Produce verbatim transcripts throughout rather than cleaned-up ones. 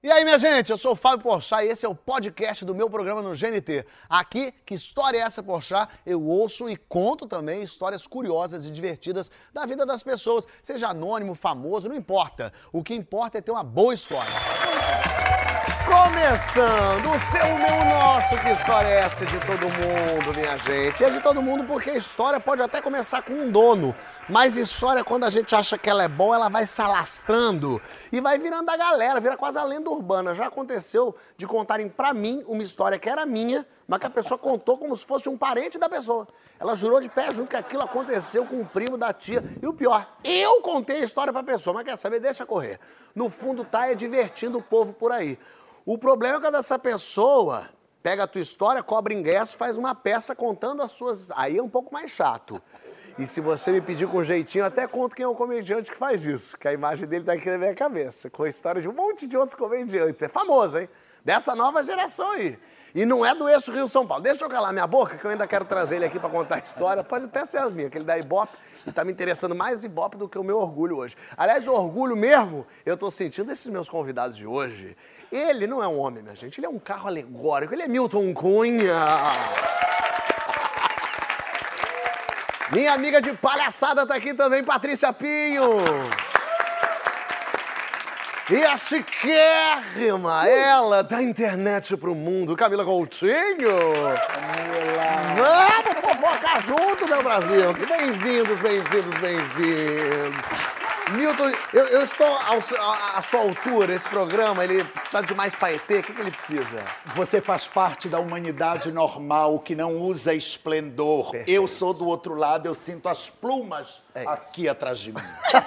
E aí, minha gente, eu sou o Fábio Porchat e esse é o podcast do meu programa no G N T. Aqui, Que História é Essa, Porchat? Eu ouço e conto também histórias curiosas e divertidas da vida das pessoas, seja anônimo, famoso, não importa. O que importa é ter uma boa história. Começando o seu, o meu, o nosso, Que História é Essa de todo mundo, minha gente? É de todo mundo porque a história pode até começar com um dono, mas história, quando a gente acha que ela é boa, ela vai se alastrando e vai virando a galera, vira quase a lenda urbana. Já aconteceu de contarem pra mim uma história que era minha, mas que a pessoa contou como se fosse um parente da pessoa. Ela jurou de pé junto que aquilo aconteceu com o primo da tia. E o pior, eu contei a história pra pessoa, mas quer saber? Deixa correr. No fundo tá é divertindo o povo por aí. O problema é quando essa pessoa pega a tua história, cobra ingresso, faz uma peça contando as suas... Aí é um pouco mais chato. E se você me pedir com jeitinho, eu até conto quem é o comediante que faz isso, que a imagem dele tá aqui na minha cabeça, com a história de um monte de outros comediantes. É famoso, hein? Dessa nova geração aí. E não é do eixo Rio-São Paulo. Deixa eu calar minha boca, que eu ainda quero trazer ele aqui pra contar a história. Pode até ser as minhas, que ele dá Ibope. E tá me interessando mais de Ibope do que o meu orgulho hoje. Aliás, o orgulho mesmo, eu tô sentindo esses meus convidados de hoje. Ele não é um homem, minha gente. Ele é um carro alegórico. Ele é Milton Cunha. Minha amiga de palhaçada tá aqui também, Patrícia Pinho. E a chiquérrima, ela da internet pro mundo, Camila Coutinho. Camila. Vamos fofocar junto, meu Brasil. Bem-vindos, bem-vindos, bem-vindos. Milton, eu, eu estou ao, à, à sua altura, esse programa, ele precisa de mais paetê, o que, que ele precisa? Você faz parte da humanidade normal, que não usa esplendor. Perfeito. Eu sou do outro lado, eu sinto as plumas é aqui atrás de mim.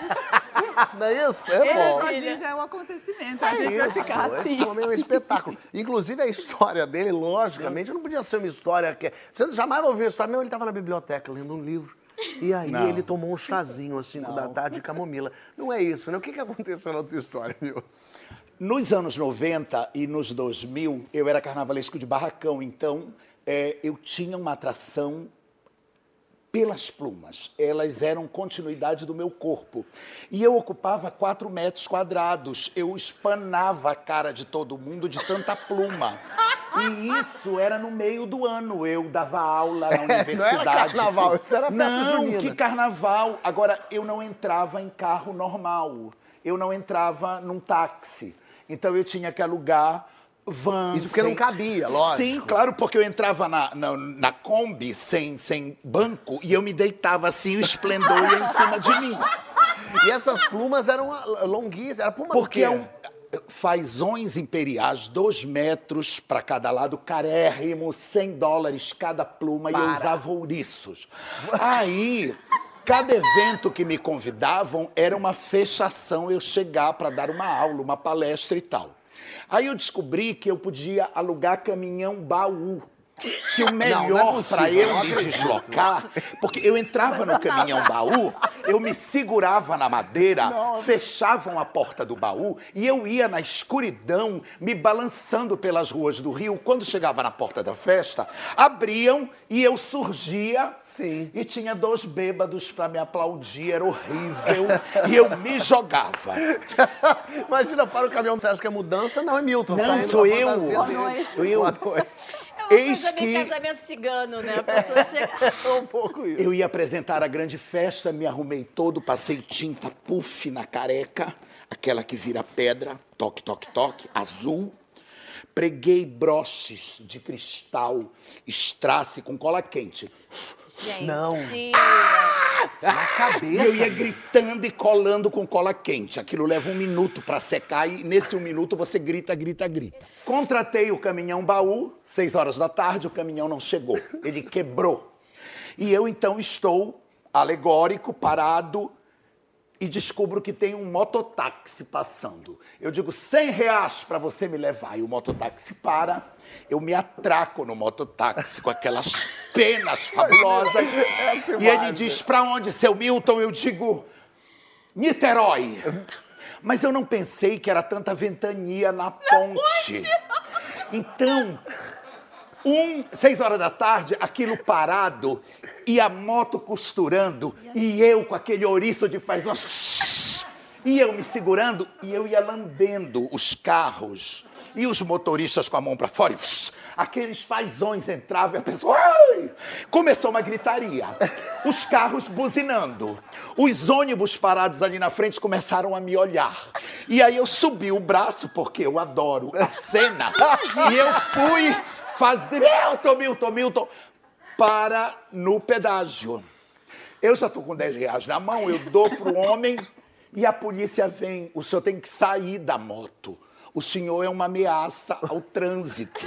Não é isso? É bom. Ele já é um acontecimento, é a gente isso, vai ficar assim. Esse homem é um espetáculo. Inclusive, a história dele, logicamente, não podia ser uma história que... Você jamais vai ouvir a história. Não, ele estava na biblioteca lendo um livro. E aí não. Ele tomou um chazinho às cinco da tarde de camomila. Não é isso, né? O que, que aconteceu na tua história, viu? Nos anos noventa e nos dois mil, eu era carnavalesco de barracão, então é, eu tinha uma atração pelas plumas. Elas eram continuidade do meu corpo. E eu ocupava quatro metros quadrados. Eu espanava a cara de todo mundo de tanta pluma. E isso era no meio do ano. Eu dava aula na universidade. Não era carnaval, isso era festa Não, junina. Que carnaval. Agora, eu não entrava em carro normal. Eu não entrava num táxi. Então, eu tinha que alugar van. Isso porque sem... não cabia, lógico. Sim, claro, porque eu entrava na, na, na Kombi sem, sem banco e eu me deitava assim, o esplendor ia em cima de mim. E essas plumas eram longuíssimas, era pluma porque do quê? é um... Fazões imperiais, dois metros para cada lado, carérrimo, cem dólares cada pluma, para. E eu usava ouriços. Aí, cada evento que me convidavam era uma fechação, eu chegar para dar uma aula, uma palestra e tal. Aí eu descobri que eu podia alugar caminhão baú. Que o melhor é para eu me deslocar, porque eu entrava no caminhão baú, eu me segurava na madeira, não, fechavam a porta do baú e eu ia na escuridão, me balançando pelas ruas do Rio. Quando chegava na porta da festa, abriam e eu surgia. Sim. E tinha dois bêbados para me aplaudir, era horrível, e eu me jogava. Imagina, para o caminhão, você acha que é mudança? Não, é Milton. Não, sou eu. Boa noite. Eu. Boa noite. Eis que... casamento cigano, né? A pessoa chega... um pouco isso. Eu ia apresentar a grande festa, me arrumei todo, passei tinta puff na careca, aquela que vira pedra, toque, toque, toque, azul. Preguei broches de cristal, strass com cola quente. Gente, não. Ah! Na cabeça. E eu ia gritando e colando com cola quente. Aquilo leva um minuto para secar e nesse um minuto você grita, grita, grita. Contratei o caminhão baú, seis horas da tarde, o caminhão não chegou. Ele quebrou. E eu então estou alegórico, parado, e descubro que tem um mototáxi passando. Eu digo, cem reais para você me levar. E o mototáxi para, eu me atraco no mototáxi com aquelas penas fabulosas. E ele diz, para onde, seu Milton? Eu digo, Niterói. Mas eu não pensei que era tanta ventania na ponte. Então, um, seis horas da tarde, aquilo parado, e a moto costurando, e eu com aquele ouriço de faz... E eu me segurando e eu ia lambendo os carros. E os motoristas com a mão pra fora. E, pss, aqueles fazões entravam e a pessoa... Ai! Começou uma gritaria. Os carros buzinando. Os ônibus parados ali na frente começaram a me olhar. E aí eu subi o braço, porque eu adoro a cena. E eu fui fazer... Milton, Milton, Milton... Para no pedágio. Eu já tô com dez reais na mão, eu dou pro homem e a polícia vem. O senhor tem que sair da moto. O senhor é uma ameaça ao trânsito.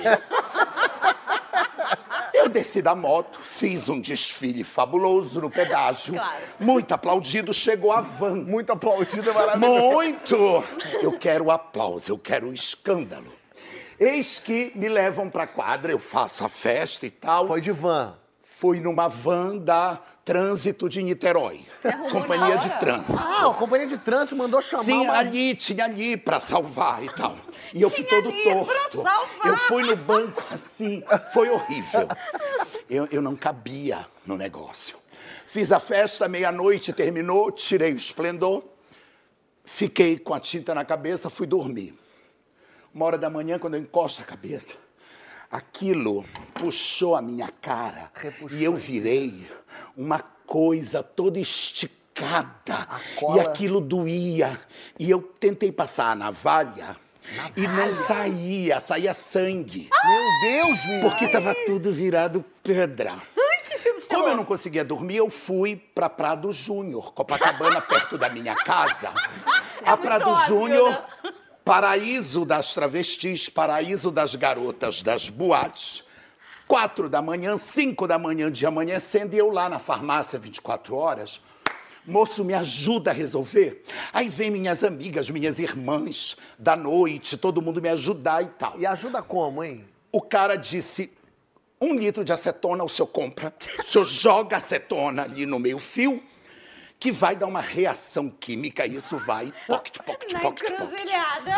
Eu desci da moto, fiz um desfile fabuloso no pedágio. Claro. Muito aplaudido, chegou a van. Muito aplaudido, é maravilhoso. Muito! Eu quero aplauso, eu quero escândalo. Eis que me levam pra quadra, eu faço a festa e tal. Foi de van. Fui numa van da Trânsito de Niterói. Companhia de trânsito. Ah, a companhia de trânsito mandou chamar Sim, uma... ali, tinha ali pra salvar e tal. E eu fui Tinha todo ali pra torto. salvar. Eu fui no banco assim, foi horrível. Eu, eu não cabia no negócio. Fiz a festa, meia-noite, terminou, tirei o esplendor, fiquei com a tinta na cabeça, fui dormir. Uma hora da manhã, quando eu encosto a cabeça, aquilo puxou a minha cara. Repuxou. E eu virei uma coisa toda esticada. cola. E aquilo doía. E eu tentei passar a navalha, navalha. E não saía, saía sangue. Meu Deus, menina. Porque tava tudo virado pedra. Ai, que filme Como eu não conseguia dormir, eu fui pra Prado Júnior, Copacabana, perto da minha casa. É a muito Prado óbvio, Júnior... né? Paraíso das travestis, paraíso das garotas das boates. Quatro da manhã, cinco da manhã, de amanhecendo, e eu lá na farmácia vinte e quatro horas. Moço, me ajuda a resolver. Aí vem minhas amigas, minhas irmãs da noite, todo mundo me ajudar e tal. E ajuda como, hein? O cara disse, um litro de acetona o senhor compra, o senhor joga acetona ali no meio fio, que vai dar uma reação química, e isso vai pocket, pocket, Na pocket, pocket. encruzilhada.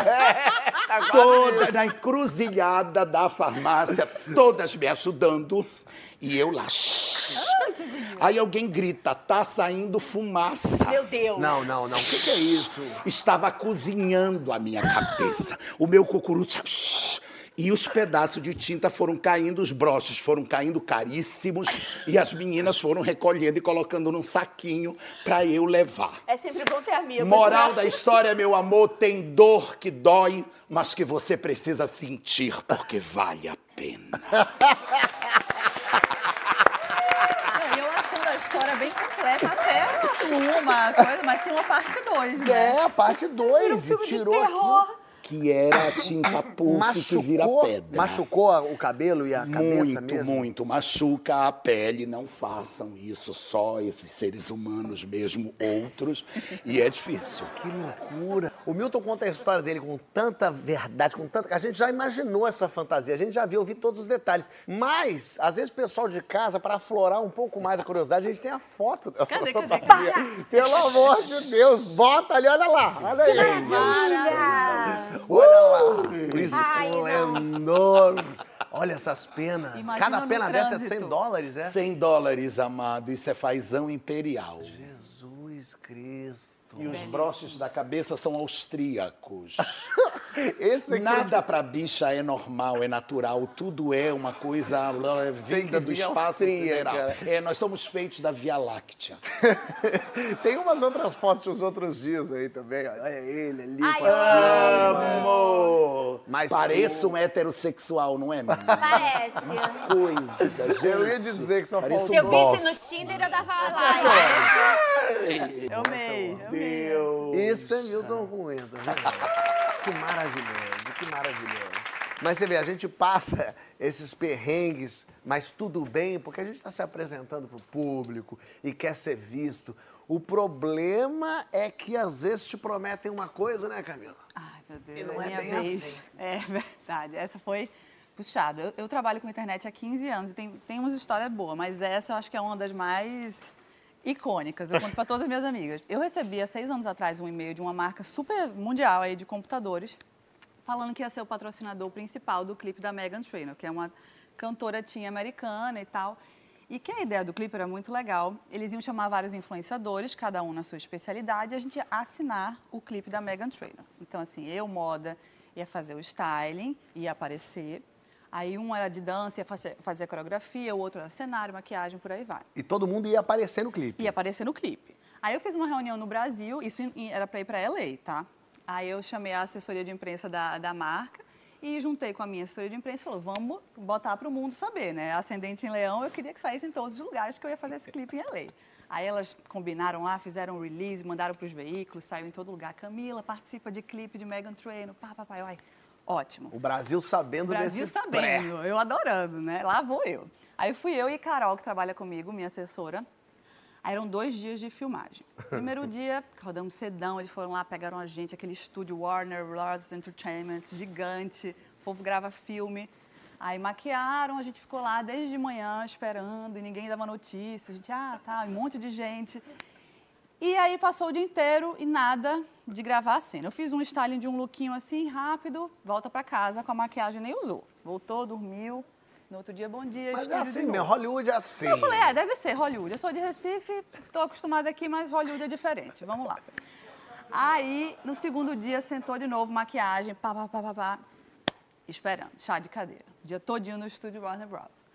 Toda na encruzilhada da farmácia, todas me ajudando, e eu lá. Aí alguém grita, tá saindo fumaça. Meu Deus. Não, não, não. O que, que é isso? Estava cozinhando a minha cabeça. O meu cucuruto... E os pedaços de tinta foram caindo, os broches foram caindo caríssimos, e as meninas foram recolhendo e colocando num saquinho pra eu levar. É sempre bom ter amigos. Moral né? da história, meu amor, tem dor que dói, mas que você precisa sentir, porque vale a pena. Não, eu achando a história bem completa, até uma coisa, mas tem uma parte dois, né? É, a parte dois. Filme E tirou de terror. aqui. Que era a tinta puff que vira pedra. Machucou o cabelo e a cabeça Muito, mesmo? muito. Machuca a pele. Não façam isso, só esses seres humanos mesmo, outros. E é difícil. Que loucura. O Milton conta a história dele com tanta verdade, com tanta... A gente já imaginou essa fantasia, a gente já viu, eu vi todos os detalhes. Mas, às vezes, o pessoal de casa, para aflorar um pouco mais a curiosidade, a gente tem a foto dessa Cadê, cadê, fantasia. cadê? Pelo amor de Deus, bota ali, olha lá. Olha aí. Maravilha. Olha lá. O Ai, esplendor. Olha essas penas. Imagina Cada no pena dessa é trânsito. cem dólares, é? cem dólares, amado. Isso é fazão imperial. Jesus Cristo. E os broches da cabeça são austríacos. Esse aqui Nada pra bicha é normal, é natural. Tudo é uma coisa é vinda do vir espaço Áustria, sideral. cara. É, nós somos feitos da Via Láctea. Tem umas outras fotos dos outros dias aí também. Olha ele ali. Ai, com as eu penas. Amor! Mas Pareço tu- um heterossexual, não é, menina? Parece. Coisa, gente. Eu ia dizer que só Parece Se faltou... eu bofe. visse no Tinder, eu dava like. Eu amei, eu amei. Deus. Isso é Milton Cunha, tá vendo? Que maravilhoso, que maravilhoso. Mas você vê, a gente passa esses perrengues, mas tudo bem, porque a gente está se apresentando para o público e quer ser visto. O problema é que às vezes te prometem uma coisa, né, Camila? Ai, meu Deus, E não é é minha bem vez. assim. É verdade, essa foi puxada. Eu, eu trabalho com internet há quinze anos e tem, tem umas histórias boas, mas essa eu acho que é uma das mais icônicas. Eu conto para todas as minhas amigas. Eu recebi há seis anos atrás um e-mail de uma marca super mundial aí de computadores falando que ia ser o patrocinador principal do clipe da Meghan Trainor, que é uma cantora teen americana e tal. E que a ideia do clipe era muito legal. Eles iam chamar vários influenciadores, cada um na sua especialidade, e a gente ia assinar o clipe da Meghan Trainor. Então, assim, eu, moda, ia fazer o styling, ia aparecer. Aí um era de dança, ia fazer, fazer a coreografia, o outro era cenário, maquiagem, por aí vai. E todo mundo ia aparecer no clipe? Ia aparecer no clipe. Aí eu fiz uma reunião no Brasil, isso era para ir para L A, tá? Aí eu chamei a assessoria de imprensa da, da marca e juntei com a minha assessoria de imprensa e falou, vamos botar para o mundo saber, né? Ascendente em Leão, eu queria que saísse em todos os lugares que eu ia fazer esse clipe em L A. Aí elas combinaram lá, fizeram um release, mandaram para os veículos, saiu em todo lugar. Camila participa de clipe de Meghan Trainor, pá, pá, pá, ai, ótimo. O Brasil sabendo o Brasil desse sabendo, pré. eu adorando, né? Lá vou eu. Aí fui eu e Carol, que trabalha comigo, minha assessora. Aí eram dois dias de filmagem. Primeiro dia, rodamos sedão, eles foram lá, pegaram a gente, aquele estúdio Warner Bros. Entertainment, gigante, o povo grava filme. Aí maquiaram, a gente ficou lá desde de manhã esperando e ninguém dava notícia. A gente, ah, tá, um monte de gente. E aí passou o dia inteiro e nada de gravar a cena. Eu fiz um styling de um lookinho assim, rápido, volta pra casa com a maquiagem, nem usou. Voltou, dormiu. No outro dia, bom dia. Mas é assim mesmo, Hollywood é assim. Eu falei, é, deve ser Hollywood. Eu sou de Recife, tô acostumada aqui, mas Hollywood é diferente. Vamos lá. Aí, no segundo dia, sentou de novo, maquiagem, pá, pá, pá, pá, pá, esperando, chá de cadeira. O dia todinho no estúdio Warner Bros.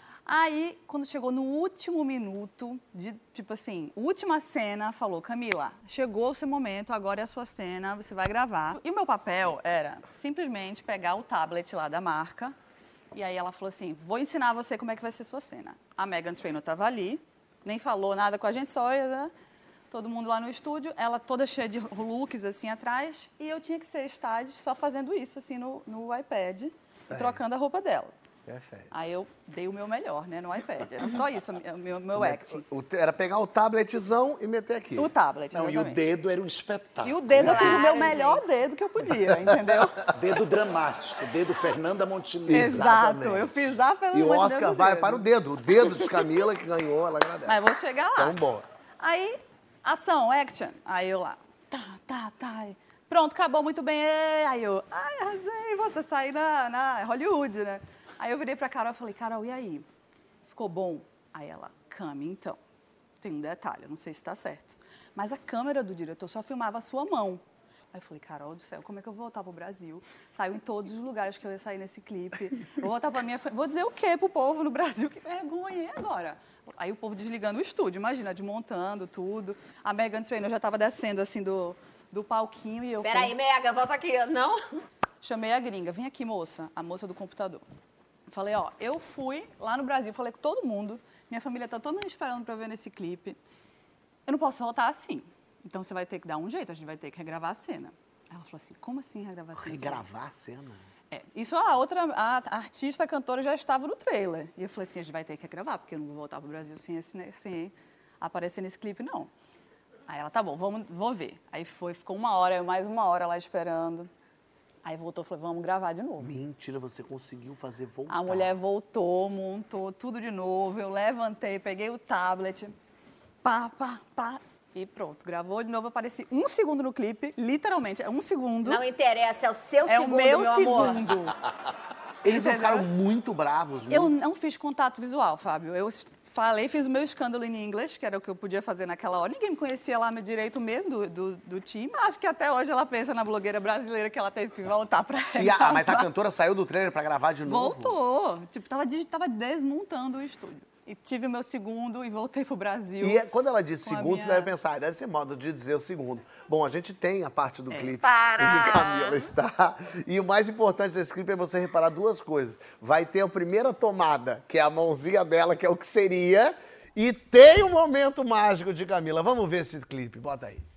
Aí, quando chegou no último minuto, de, tipo assim, última cena, falou, Camila, chegou o seu momento, agora é a sua cena, você vai gravar. E o meu papel era simplesmente pegar o tablet lá da marca. E aí ela falou assim, vou ensinar você como é que vai ser sua cena. A Meghan Trainor estava ali, nem falou nada com a gente, só né? Todo mundo lá no estúdio, ela toda cheia de looks assim atrás, e eu tinha que ser estágio só fazendo isso assim no, no iPad, e trocando a roupa dela. Perfeito. Aí eu dei o meu melhor, né, no iPad. Era só isso, o meu, meu acting. O, o, era pegar o tabletzão e meter aqui. O tablet, Não, exatamente. e o dedo era um espetáculo. E o dedo, eu fiz o meu Claro, melhor gente. dedo que eu podia, entendeu? Dedo dramático, dedo Fernanda Montenegro. Exato, eu fiz a Fernanda E o Montenegro Oscar do vai dedo. para o dedo. O dedo de Camila, que ganhou, ela agradece. Mas vou chegar lá. Então, boa. Aí, ação, action. Aí eu lá, tá, tá, tá. Pronto, acabou muito bem. É. Aí eu, ai, arrasei, vou sair na, na Hollywood, né? Aí eu virei pra Carol e falei, Carol, e aí? Ficou bom? Aí ela, Cami, então, tem um detalhe, eu não sei se tá certo, mas a câmera do diretor só filmava a sua mão. Aí eu falei, Carol do céu, como é que eu vou voltar pro Brasil? Saiu em todos os lugares que eu ia sair nesse clipe. Vou voltar pra minha... Vou dizer o quê pro povo no Brasil? Que vergonha, e agora? Aí o povo desligando o estúdio, imagina, desmontando tudo. A Meghan Trainor já tava descendo, assim, do, do palquinho e eu... Peraí, Mega, volta aqui. Não? Chamei a gringa, vem aqui, moça, a moça do computador. Falei, ó, eu fui lá no Brasil, falei com todo mundo, minha família tá toda me esperando pra ver nesse clipe. Eu não posso voltar assim. Então você vai ter que dar um jeito, a gente vai ter que regravar a cena. Ela falou assim, como assim regravar a cena? Regravar a cena? É, isso a outra, a artista, a cantora já estava no trailer. E eu falei assim, a gente vai ter que regravar, porque eu não vou voltar pro Brasil sem, esse, sem aparecer nesse clipe, não. Aí ela, tá bom, vamos, vou ver. Aí foi, ficou uma hora, eu mais uma hora lá esperando. Aí voltou e falou, vamos gravar de novo. Mentira, você conseguiu fazer voltar. A mulher voltou, montou tudo de novo. Eu levantei, peguei o tablet, pá, pá, pá, e pronto. Gravou de novo, eu apareci um segundo no clipe, literalmente, é um segundo. Não interessa, é o seu é segundo, o meu, meu segundo. amor. Eles não Entendeu? ficaram muito bravos, viu? Eu não fiz contato visual, Fábio. Eu falei, fiz o meu escândalo em inglês, que era o que eu podia fazer naquela hora. Ninguém me conhecia lá, meu direito mesmo do, do, do time. Acho que até hoje ela pensa na blogueira brasileira que ela teve que voltar pra E a, mas a cantora saiu do trailer pra gravar de novo? Voltou. Tipo, tava, tava desmontando o estúdio. E tive o meu segundo e voltei pro Brasil. E é- quando ela diz com a segundo, você minha- deve pensar, ah, deve ser modo de dizer o segundo. Bom, a gente tem a parte do clipe Para! em que Camila está. E o mais importante desse clipe é você reparar duas coisas. Vai ter a primeira tomada, que é a mãozinha dela, que é o que seria, e tem o momento mágico de Camila. Vamos ver esse clipe, bota aí.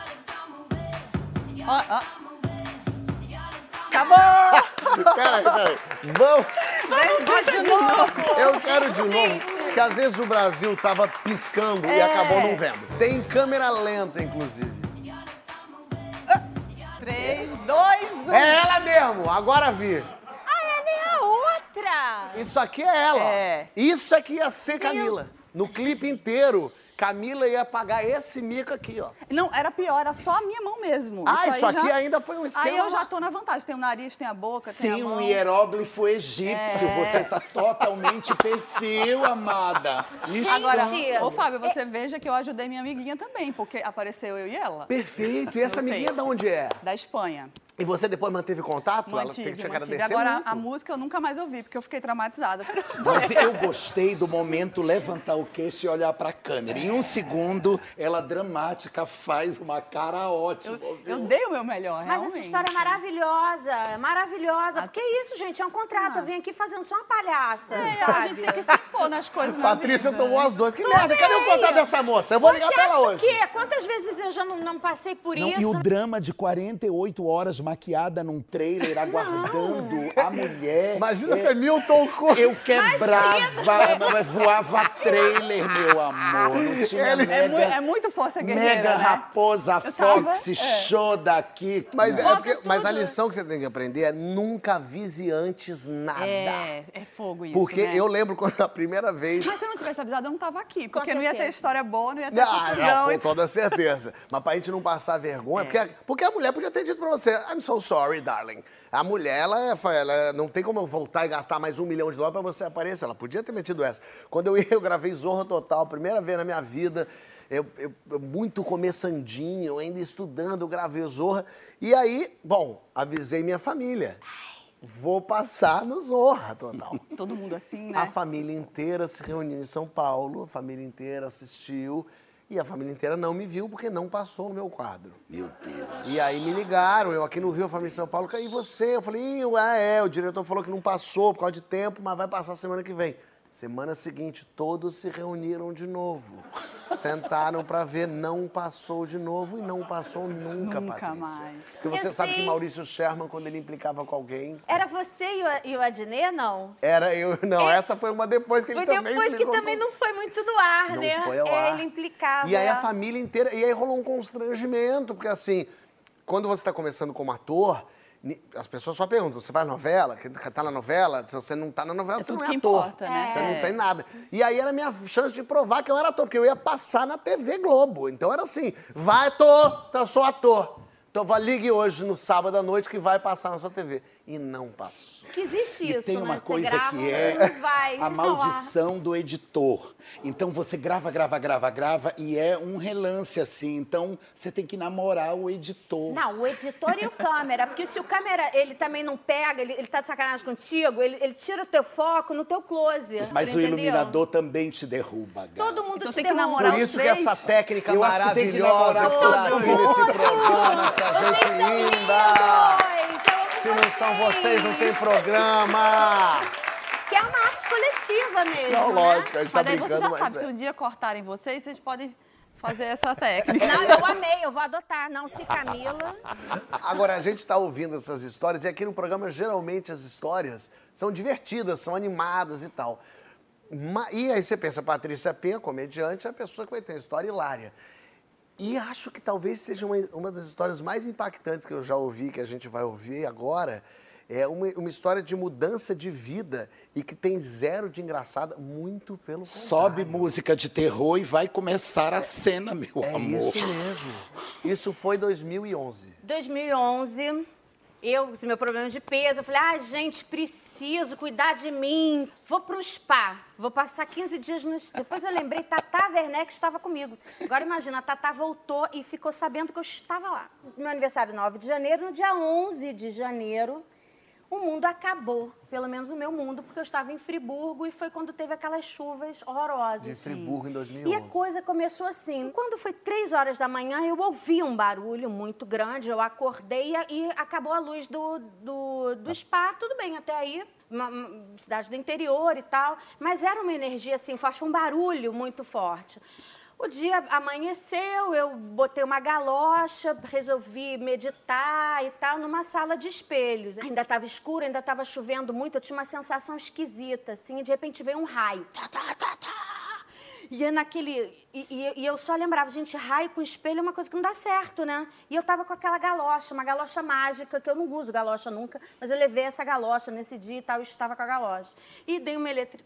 Ó, ó. Acabou! Peraí, peraí. Vamos. Vem de novo! Eu quero de novo, porque às vezes o Brasil tava piscando e É. acabou não vendo. Tem câmera lenta, inclusive. Três, dois, um. É ela mesmo, agora vi. Ai, é nem a outra. Isso aqui é ela. É. Isso aqui ia ser Camila. No clipe inteiro. Camila ia pagar esse mico aqui, ó. Não, era pior, era só a minha mão mesmo. Ah, isso, aí aqui já... ainda foi um esquema. Aí eu já tô na vantagem. Tem o nariz, tem a boca, tem Sim, a mão. um hieróglifo egípcio. É. Você tá totalmente perfil, amada. Isso Agora, Gente. ô Fábio, você veja que eu ajudei minha amiguinha também, porque apareceu eu e ela. Perfeito. E essa Gostei. amiguinha de onde é? Da Espanha. E você depois manteve contato? Ela Mantive, tem que te mantive. agradecer Agora, muito. a música eu nunca mais ouvi, porque eu fiquei traumatizada. Mas eu gostei do momento levantar o queixo e olhar pra câmera. Em um segundo, ela dramática faz uma cara ótima. Eu, viu? eu dei o meu melhor, Mas realmente. essa história é maravilhosa, é maravilhosa. Porque é isso, gente, é um contrato. Eu vim aqui fazendo só uma palhaça, É, a sabe? gente tem que se pôr nas coisas na Patrícia vida. tomou as duas. Que merda, cadê o contato dessa moça? Eu vou ligar Você pra ela acha hoje. o quê? Quantas vezes eu já não, não passei por Não, isso? e o drama de quarenta e oito horas maquiada num trailer, aguardando a mulher. Imagina é, ser Milton Cunha. Eu quebrava, mas voava trailer, meu amor. Não tinha Ele- mega, É, mu- é muito força guerreira, mega né? raposa Eu tava- Fox, é. show daqui. Mas, é Conta porque- mas a tudo. lição que você tem que aprender é nunca avise antes nada. É, é fogo isso, Porque né? eu lembro quando a primeira vez... Mas se eu não tivesse avisado, eu não tava aqui. Com Porque não ia ter certeza. história boa, não ia ter Ah, confusão. não, com e- toda certeza. Mas pra gente não passar vergonha, É. porque, porque a mulher podia ter dito pra você, I'm so sorry, darling. A mulher, ela, é- ela não tem como eu voltar e gastar mais um milhão de dólares pra você aparecer. Ela podia ter metido essa. Quando eu ia, eu gravei Zorra Total, primeira vez na minha vida. Eu, eu- eu muito começandinho, ainda estudando, eu gravei Zorra. E aí, bom, avisei minha família. Vou passar no Zorra Total. Todo mundo assim, né? A família inteira se reuniu em São Paulo, a família inteira assistiu e a família inteira não me viu porque não passou no meu quadro. Meu Deus. E aí me ligaram, eu aqui no Rio, a família em São Paulo, e você? Eu falei, Ih, ah, é, o diretor falou que não passou por causa de tempo, mas vai passar semana que vem. Semana seguinte, todos se reuniram de novo. Sentaram pra ver, não passou de novo e não passou nunca, Nunca Patrícia. mais. Porque você Eu sabe que sei. Maurício Sherman, quando ele implicava com alguém, Era você e o, e o Adnet, não? era eu. Não, essa foi uma depois que ele Foi também depois que implicou também com- não foi muito no ar, Não né? foi ao É, ar. ele implicava. E aí a família inteira. E aí rolou um constrangimento, porque assim, quando você está começando como ator, ni- as pessoas só perguntam: você faz novela? Que tá na novela? Se você não tá na novela, É você tudo não é que ator. importa, né? Você É. não tem nada. E aí era a minha chance de provar que eu era ator, porque eu ia passar na T V Globo. Então era assim: vai, ator, então eu sou ator. Então vá, ligue hoje no sábado à noite que vai passar na sua T V. E não passou. Que existe E isso, tem né? uma Você coisa grava, que é não vai a maldição do editor. Então você grava, grava, grava, grava e é um relance assim. Então você tem que namorar o editor. Não, o editor e o câmera, porque se o câmera, ele também não pega, ele, ele tá de sacanagem contigo, ele, ele tira o teu foco no teu close. Mas tu o entendeu? iluminador também te derruba, Gá. Todo mundo Então te tem que derruba. namorar Por os isso que três. essa técnica Eu acho que tem que maravilhosa namorar que todo tá aqui mundo. nesse programa, essa gente Vocês são linda. lindos, eu amo Se não são vocês, não tem vocês. programa. Que é uma arte coletiva mesmo, Não, né? lógico, a gente tá Mas aí você brincando, já mas sabe, é. se um dia cortarem vocês, vocês podem fazer essa técnica. Não, eu amei, eu vou adotar. Não, se Camila... Agora, a gente está ouvindo essas histórias e aqui no programa, geralmente, as histórias são divertidas, são animadas e tal. Ma- E aí você pensa, Patrícia Penha, comediante, é a pessoa que vai ter uma história hilária. E acho que talvez seja uma, uma das histórias mais impactantes que eu já ouvi, que a gente vai ouvir agora. É uma, uma história de mudança de vida e que tem zero de engraçada, muito pelo contrário. Sobe música de terror e vai começar a cena, meu É amor. isso mesmo. Isso foi dois mil e onze. dois mil e onze, eu, com meu problema de peso, eu falei, ah, gente, preciso cuidar de mim. Vou pro spa, vou passar quinze dias no... Depois eu lembrei, Tata Werneck estava comigo. Agora imagina, a Tata voltou e ficou sabendo que eu estava lá. Meu aniversário nove de janeiro, no dia onze de janeiro, o mundo acabou, pelo menos o meu mundo, porque eu estava em Friburgo e foi quando teve aquelas chuvas horrorosas. De Friburgo, em dois mil e E onze. a coisa começou assim. Quando foi três horas da manhã, eu ouvi um barulho muito grande, eu acordei e acabou a luz do, do, do spa. Tudo bem, até aí, uma, uma cidade do interior e tal, mas era uma energia assim forte, foi um barulho muito forte. O dia amanheceu, eu botei uma galocha, resolvi meditar e tal, numa sala de espelhos. Ainda estava escuro, ainda estava chovendo muito, eu tinha uma sensação esquisita, assim, e de repente veio um raio. Tá, tá, tá, tá. E é naquele... E, e- e eu só lembrava, gente, raio com espelho é uma coisa que não dá certo, né? E eu tava com aquela galocha, uma galocha mágica, que eu não uso galocha nunca, mas eu levei essa galocha nesse dia e tal, eu estava com a galocha. E dei uma eletri...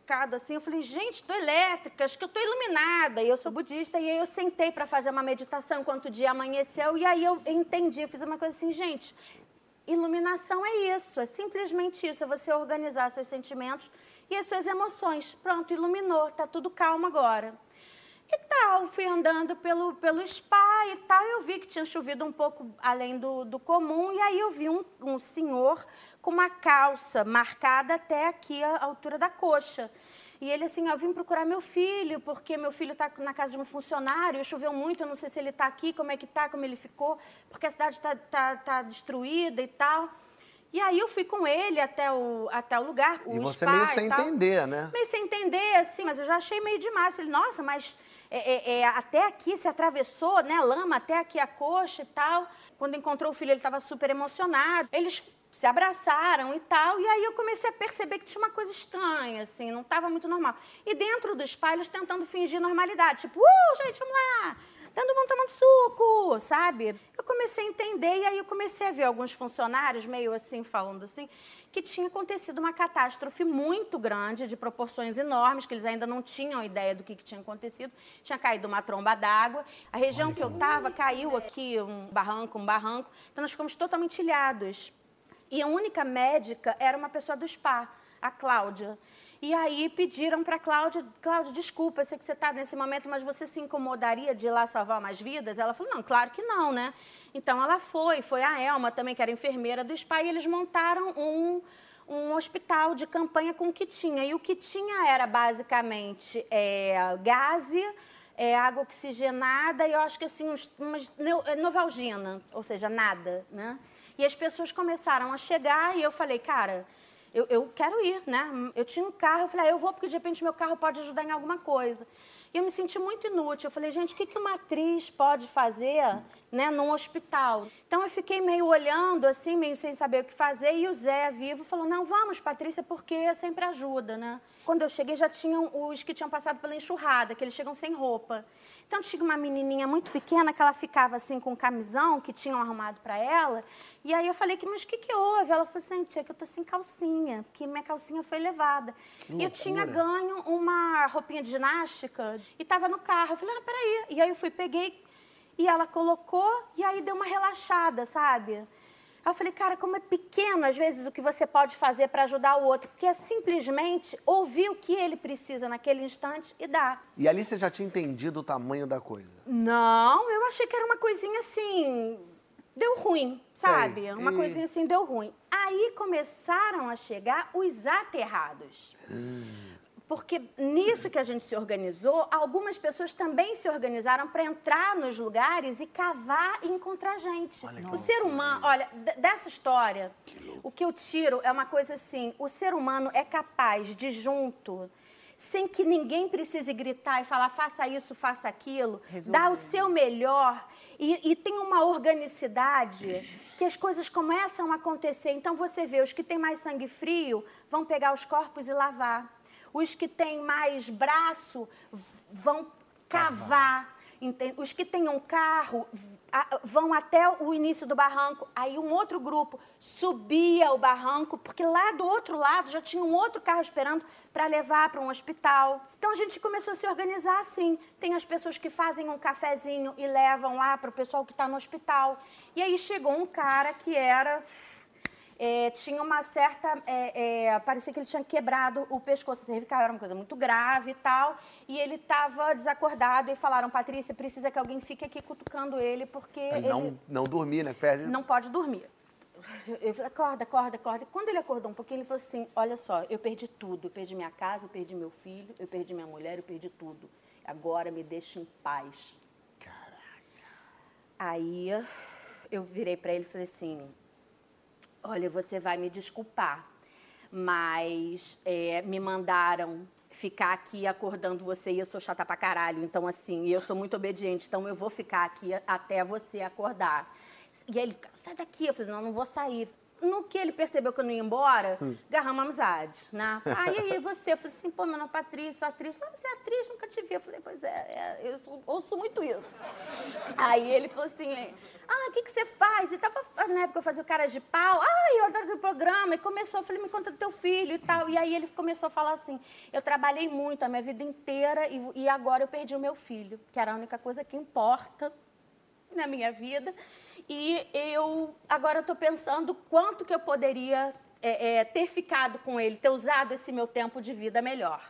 ficado assim. Eu falei, gente, tô elétrica, acho que eu tô iluminada. E eu sou budista, e aí eu sentei para fazer uma meditação enquanto o dia amanheceu. E aí eu entendi, eu fiz uma coisa assim, gente, iluminação é isso, é simplesmente isso, é você organizar seus sentimentos e as suas emoções. Pronto, iluminou, tá tudo calmo agora. E tal, fui andando pelo, pelo spa e tal, eu vi que tinha chovido um pouco além do, do comum, e aí eu vi um, um senhor com uma calça marcada até aqui, a altura da coxa. E ele assim, eu vim procurar meu filho, porque meu filho está na casa de um funcionário, choveu muito, eu não sei se ele está aqui, como é que está, como ele ficou, porque a cidade está tá, tá destruída e tal. E aí eu fui com ele até o, até o lugar, o E você spa meio sem e tal. entender, né? Meio sem entender, assim, mas eu já achei meio demais. Falei, nossa, mas é, é, é, até aqui se atravessou, né, lama, até aqui a coxa e tal. Quando encontrou o filho, ele estava super emocionado. Eles se abraçaram e tal, e aí eu comecei a perceber que tinha uma coisa estranha, assim, não estava muito normal. E dentro dos pais, tentando fingir normalidade, tipo, uh, gente, vamos lá, todo mundo tomando suco, sabe? Eu comecei a entender, e aí eu comecei a ver alguns funcionários meio assim, falando assim, que tinha acontecido uma catástrofe muito grande, de proporções enormes, que eles ainda não tinham ideia do que, que tinha acontecido. Tinha caído uma tromba d'água, a região Olha que eu estava caiu aqui um barranco, um barranco, então nós ficamos totalmente ilhados. E a única médica era uma pessoa do spa, a Cláudia. E aí pediram para a Cláudia, Cláudia, desculpa, eu sei que você está nesse momento, mas você se incomodaria de ir lá salvar mais vidas? Ela falou, não, claro que não, né? Então ela foi, foi a Elma também, que era enfermeira do spa, e eles montaram um, um hospital de campanha com o que tinha. E o que tinha era basicamente é, gaze, é, água oxigenada e eu acho que assim, uns, umas Novalgina, ou seja, nada, né? E as pessoas começaram a chegar e eu falei, cara, eu, eu quero ir, né? Eu tinha um carro, eu falei, ah, eu vou porque de repente meu carro pode ajudar em alguma coisa. E eu me senti muito inútil. Eu falei, gente, o que que uma atriz pode fazer, né, num hospital? Então eu fiquei meio olhando, assim, meio sem saber o que fazer. E o Zé, vivo, falou, não, vamos, Patrícia, porque sempre ajuda, né? Quando eu cheguei, já tinham os que tinham passado pela enxurrada, que eles chegam sem roupa. Então, tinha uma menininha muito pequena que ela ficava assim com um camisão que tinham arrumado para ela. E aí eu falei, mas o que, que houve? Ela falou assim, tia, que eu tô sem calcinha, porque minha calcinha foi levada. E eu tinha ganho uma roupinha de ginástica e estava no carro. Eu falei, ah, peraí. E aí eu fui, peguei e ela colocou e aí deu uma relaxada, sabe? Aí eu falei, cara, como é pequeno, às vezes, o que você pode fazer para ajudar o outro. Porque é simplesmente ouvir o que ele precisa naquele instante e dar. E ali você já tinha entendido o tamanho da coisa? Não, eu achei que era uma coisinha assim... Deu ruim, sabe? Sei. Uma E... coisinha assim, deu ruim. Aí começaram a chegar os aterrados. Hum. Porque nisso que a gente se organizou, algumas pessoas também se organizaram para entrar nos lugares e cavar e encontrar gente. Olha, o ser humano, olha, dessa história, que o que eu tiro é uma coisa assim, o ser humano é capaz de junto, sem que ninguém precise gritar e falar, faça isso, faça aquilo, Resolver. Dar o seu melhor e, e tem uma organicidade que as coisas começam a acontecer. Então você vê, os que têm mais sangue frio vão pegar os corpos e lavar. Os que têm mais braço vão cavar. Os que têm um carro vão até o início do barranco. Aí um outro grupo subia o barranco, porque lá do outro lado já tinha um outro carro esperando para levar para um hospital. Então a gente começou a se organizar assim. Tem as pessoas que fazem um cafezinho e levam lá para o pessoal que está no hospital. E aí chegou um cara que era... É, tinha uma certa... É, é, parecia que ele tinha quebrado o pescoço cervical, era uma coisa muito grave e tal. E ele estava desacordado e falaram, Patrícia, precisa que alguém fique aqui cutucando ele, porque ele... Não, não dormir, né? Perde... Não pode dormir. Eu falei, acorda, acorda, acorda. Quando ele acordou um pouquinho, ele falou assim, olha só, eu perdi tudo. Eu perdi minha casa, eu perdi meu filho, eu perdi minha mulher, eu perdi tudo. Agora me deixa em paz. Caraca. Aí eu virei para ele e falei assim... Olha, você vai me desculpar, mas é, me mandaram ficar aqui acordando você e eu sou chata pra caralho. Então, assim, eu sou muito obediente, então eu vou ficar aqui até você acordar. E aí ele, sai daqui. Eu falei, não, não vou sair. no que ele percebeu que eu não ia embora, hum. agarramos amizade, né? Aí, aí você, eu falei assim, pô, meu nome é Patrícia, sou atriz. Falei, você é atriz? Nunca te vi. Eu falei, pois é, é eu sou, ouço muito isso. Aí ele falou assim, ah, o que, que você faz? E tava, na época eu fazia o Cara de Pau. Ah, eu adoro aquele programa. E começou, eu falei, me conta do teu filho e tal. E aí ele começou a falar assim, eu trabalhei muito a minha vida inteira e, e agora eu perdi o meu filho, que era a única coisa que importa na minha vida. E eu agora estou pensando quanto que eu poderia é, é, ter ficado com ele, ter usado esse meu tempo de vida melhor.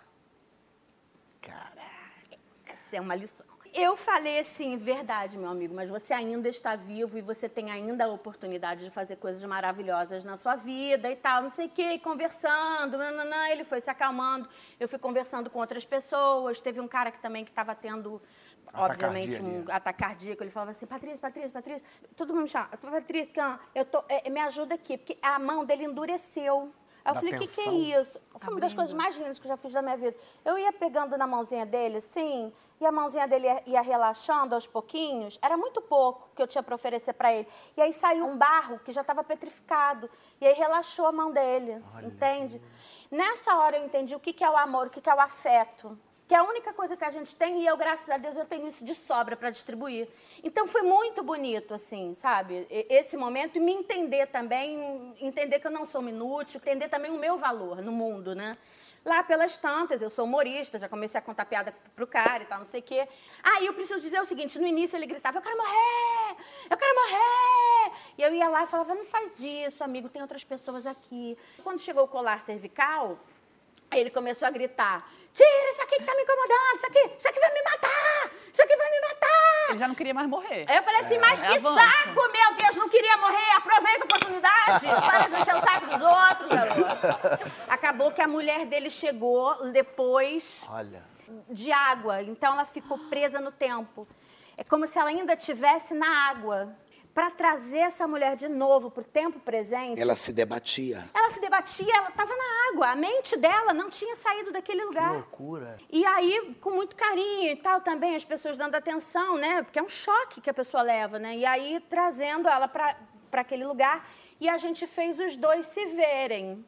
Caraca. Essa é uma lição. Eu falei assim, verdade, meu amigo, mas você ainda está vivo e você tem ainda a oportunidade de fazer coisas maravilhosas na sua vida e tal, não sei o quê, e conversando, nananã, ele foi se acalmando, eu fui conversando com outras pessoas, teve um cara que também que estava tendo, obviamente, um ataque cardíaco, ele falava assim, Patrícia, Patrícia, Patrícia, todo mundo me chama, Patrícia, eu tô, é, me ajuda aqui, porque a mão dele endureceu. Aí eu falei, o que, que é isso? Foi uma das coisas mais lindas que eu já fiz da minha vida. Eu ia pegando na mãozinha dele, assim, e a mãozinha dele ia, ia relaxando aos pouquinhos. Era muito pouco que eu tinha para oferecer para ele. E aí saiu um barro que já estava petrificado. E aí relaxou a mão dele, olha, entende? Nessa hora eu entendi o que, que é o amor, o que, que é o afeto. Que é a única coisa que a gente tem, e eu, graças a Deus, eu tenho isso de sobra para distribuir. Então, foi muito bonito, assim, sabe? Esse momento, e me entender também, entender que eu não sou inútil, entender também o meu valor no mundo, né? Lá pelas tantas, eu sou humorista, já comecei a contar piada pro cara e tal, não sei o quê. Aí, eu preciso dizer o seguinte, no início ele gritava, eu quero morrer, eu quero morrer. E eu ia lá e falava, não faz isso, amigo, tem outras pessoas aqui. Quando chegou o colar cervical, ele começou a gritar, tira isso aqui que tá me incomodando, isso aqui, isso aqui vai me matar, isso aqui vai me matar. Ele já não queria mais morrer. Aí eu falei assim, é, mas é que avanço. saco, meu Deus, não queria morrer, aproveita a oportunidade, para de encher o saco dos outros, garoto. Acabou que a mulher dele chegou depois Olha. de água, então ela ficou presa no tempo. É como se ela ainda estivesse na água. Para trazer essa mulher de novo para o tempo presente... Ela se debatia. Ela se debatia, ela estava na água. A mente dela não tinha saído daquele lugar. Que loucura. E aí, com muito carinho e tal, também as pessoas dando atenção, né? Porque é um choque que a pessoa leva, né? E aí, trazendo ela para aquele lugar. E a gente fez os dois se verem.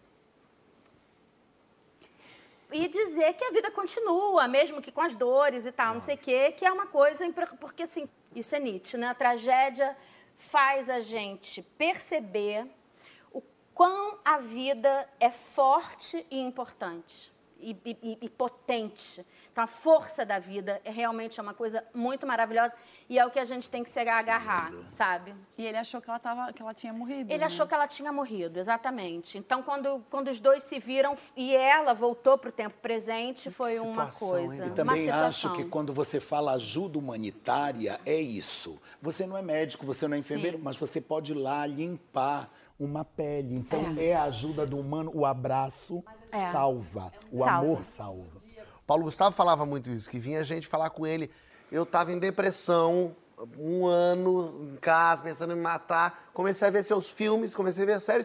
E dizer que a vida continua, mesmo que com as dores e tal, não sei o quê. Que é uma coisa... Porque, assim, isso é Nietzsche, né? A tragédia... faz a gente perceber o quão a vida é forte e importante e, e, e potente. Então, a força da vida é realmente uma coisa muito maravilhosa e é o que a gente tem que se agarrar, sabe? E ele achou que ela, tava, que ela tinha morrido. Ele né? achou que ela tinha morrido, exatamente. Então, quando, quando os dois se viram e ela voltou para o tempo presente, foi uma coisa. E também acho que quando você fala ajuda humanitária, é isso. Você não é médico, você não é enfermeiro, Sim. mas você pode ir lá limpar uma pele. Então, é, é a ajuda do humano, o abraço é. salva, o salva. amor salva. Paulo Gustavo falava muito isso, que vinha gente falar com ele, eu estava em depressão, um ano em casa, pensando em me matar, comecei a ver seus filmes, comecei a ver as séries,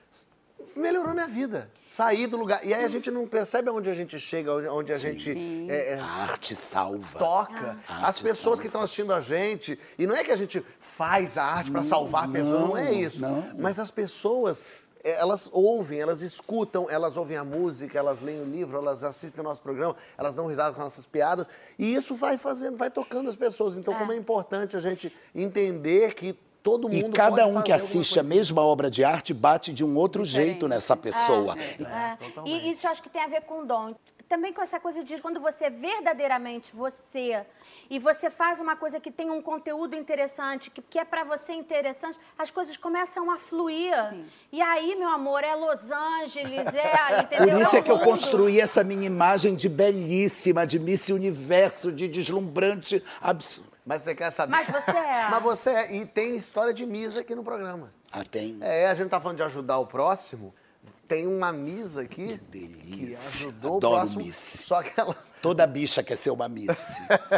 melhorou minha vida, saí do lugar. E aí a gente não percebe onde a gente chega, onde a sim, gente... Sim. É, é, a arte salva. Toca. Ah. As pessoas salva. que estão assistindo a gente, e não é que a gente faz a arte para salvar a pessoa, não, não é isso. Não. Mas as pessoas... elas ouvem, elas escutam, elas ouvem a música, elas leem o livro, elas assistem o nosso programa, elas dão risada com as nossas piadas, e isso vai fazendo, vai tocando as pessoas. Então, é. como é importante a gente entender que todo mundo E cada pode um que assiste a mesma obra de arte bate de um outro Diferente. jeito nessa pessoa. É, é. É. E isso eu acho que tem a ver com dom. Também com essa coisa de quando você é verdadeiramente você e você faz uma coisa que tem um conteúdo interessante, que, que é pra você interessante, as coisas começam a fluir. Sim. E aí, meu amor, é Los Angeles, é... Entendeu? Por isso é, é que eu mundo. construí essa minha imagem de belíssima, de Miss Universo, de deslumbrante, absurdo. Mas você quer saber? Mas você é. Mas você é. E tem história de Miss aqui no programa. Ah, tem? É, a gente tá falando de ajudar o próximo. Tem uma Miss aqui. Que delícia. Que ajudou Adoro o próximo. Miss. Só que ela... Toda bicha quer ser uma Miss.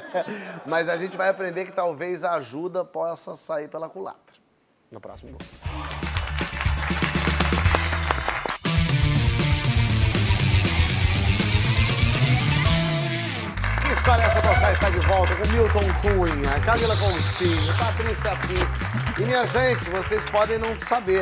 Mas a gente vai aprender que talvez a ajuda possa sair pela culatra. No próximo bloco. Que história é essa, Bochá? Está de volta com Milton Cunha, Camila Coutinho, Patrícia Pinto. E, minha gente, vocês podem não saber,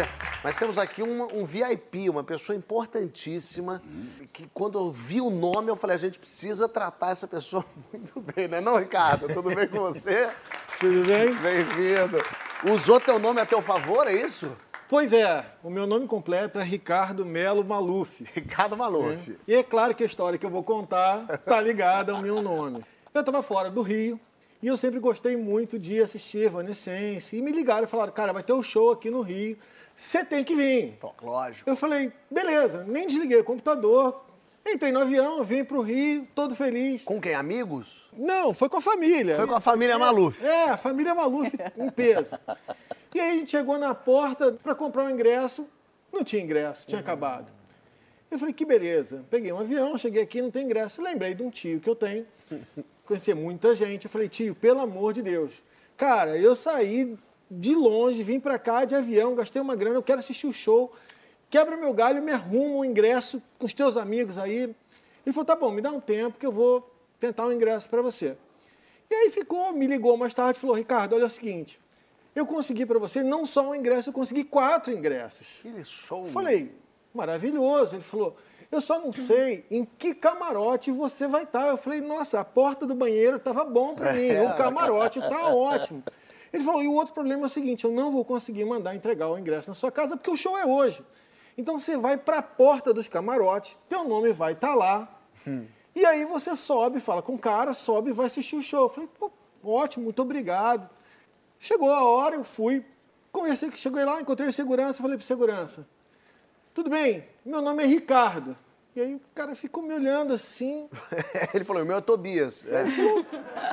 Mas temos aqui um, um V I P, uma pessoa importantíssima, que quando eu vi o nome, eu falei, a gente precisa tratar essa pessoa muito bem, né não, Ricardo? Tudo bem com você? Tudo bem? Bem-vindo. Usou teu nome a teu favor, é isso? Pois é, o meu nome completo é Ricardo Melo Maluf. Ricardo Maluf. É. E é claro que a história que eu vou contar tá ligada ao meu nome. Eu estava fora do Rio e eu sempre gostei muito de assistir Evanescence. E me ligaram e falaram, cara, vai ter um show aqui no Rio, você tem que vir. Pô, lógico. Eu falei, beleza, nem desliguei o computador, entrei no avião, vim pro Rio, todo feliz. Com quem? Amigos? Não, foi com a família. Foi com a família Maluf. É, a família Maluf em peso. E aí a gente chegou na porta para comprar um ingresso, não tinha ingresso, tinha acabado. Eu falei, que beleza. Peguei um avião, cheguei aqui, não tem ingresso. Lembrei de um tio que eu tenho, conhecia muita gente. Eu falei, tio, pelo amor de Deus. Cara, eu saí de longe, vim para cá de avião, gastei uma grana, eu quero assistir o show. Quebra meu galho, me arruma um ingresso com os teus amigos aí. Ele falou, tá bom, me dá um tempo que eu vou tentar um ingresso para você. E aí ficou, me ligou mais tarde e falou, Ricardo, olha o seguinte, eu consegui para você não só um ingresso, eu consegui quatro ingressos. Que show. Falei, maravilhoso. Ele falou, eu só não sei em que camarote você vai estar. Eu falei, nossa, a porta do banheiro estava bom para mim, o camarote está ótimo. Ele falou, e o outro problema é o seguinte, eu não vou conseguir mandar entregar o ingresso na sua casa porque o show é hoje. Então você vai para a porta dos camarotes, teu nome vai estar lá, hum. e aí você sobe, fala com o cara, sobe e vai assistir o show. Eu falei, pô, ótimo, muito obrigado. Chegou a hora, eu fui, conversei, cheguei lá, encontrei o segurança, falei para o segurança, tudo bem, meu nome é Ricardo. E aí o cara ficou me olhando assim. Ele falou, o meu é Tobias. Ele falou,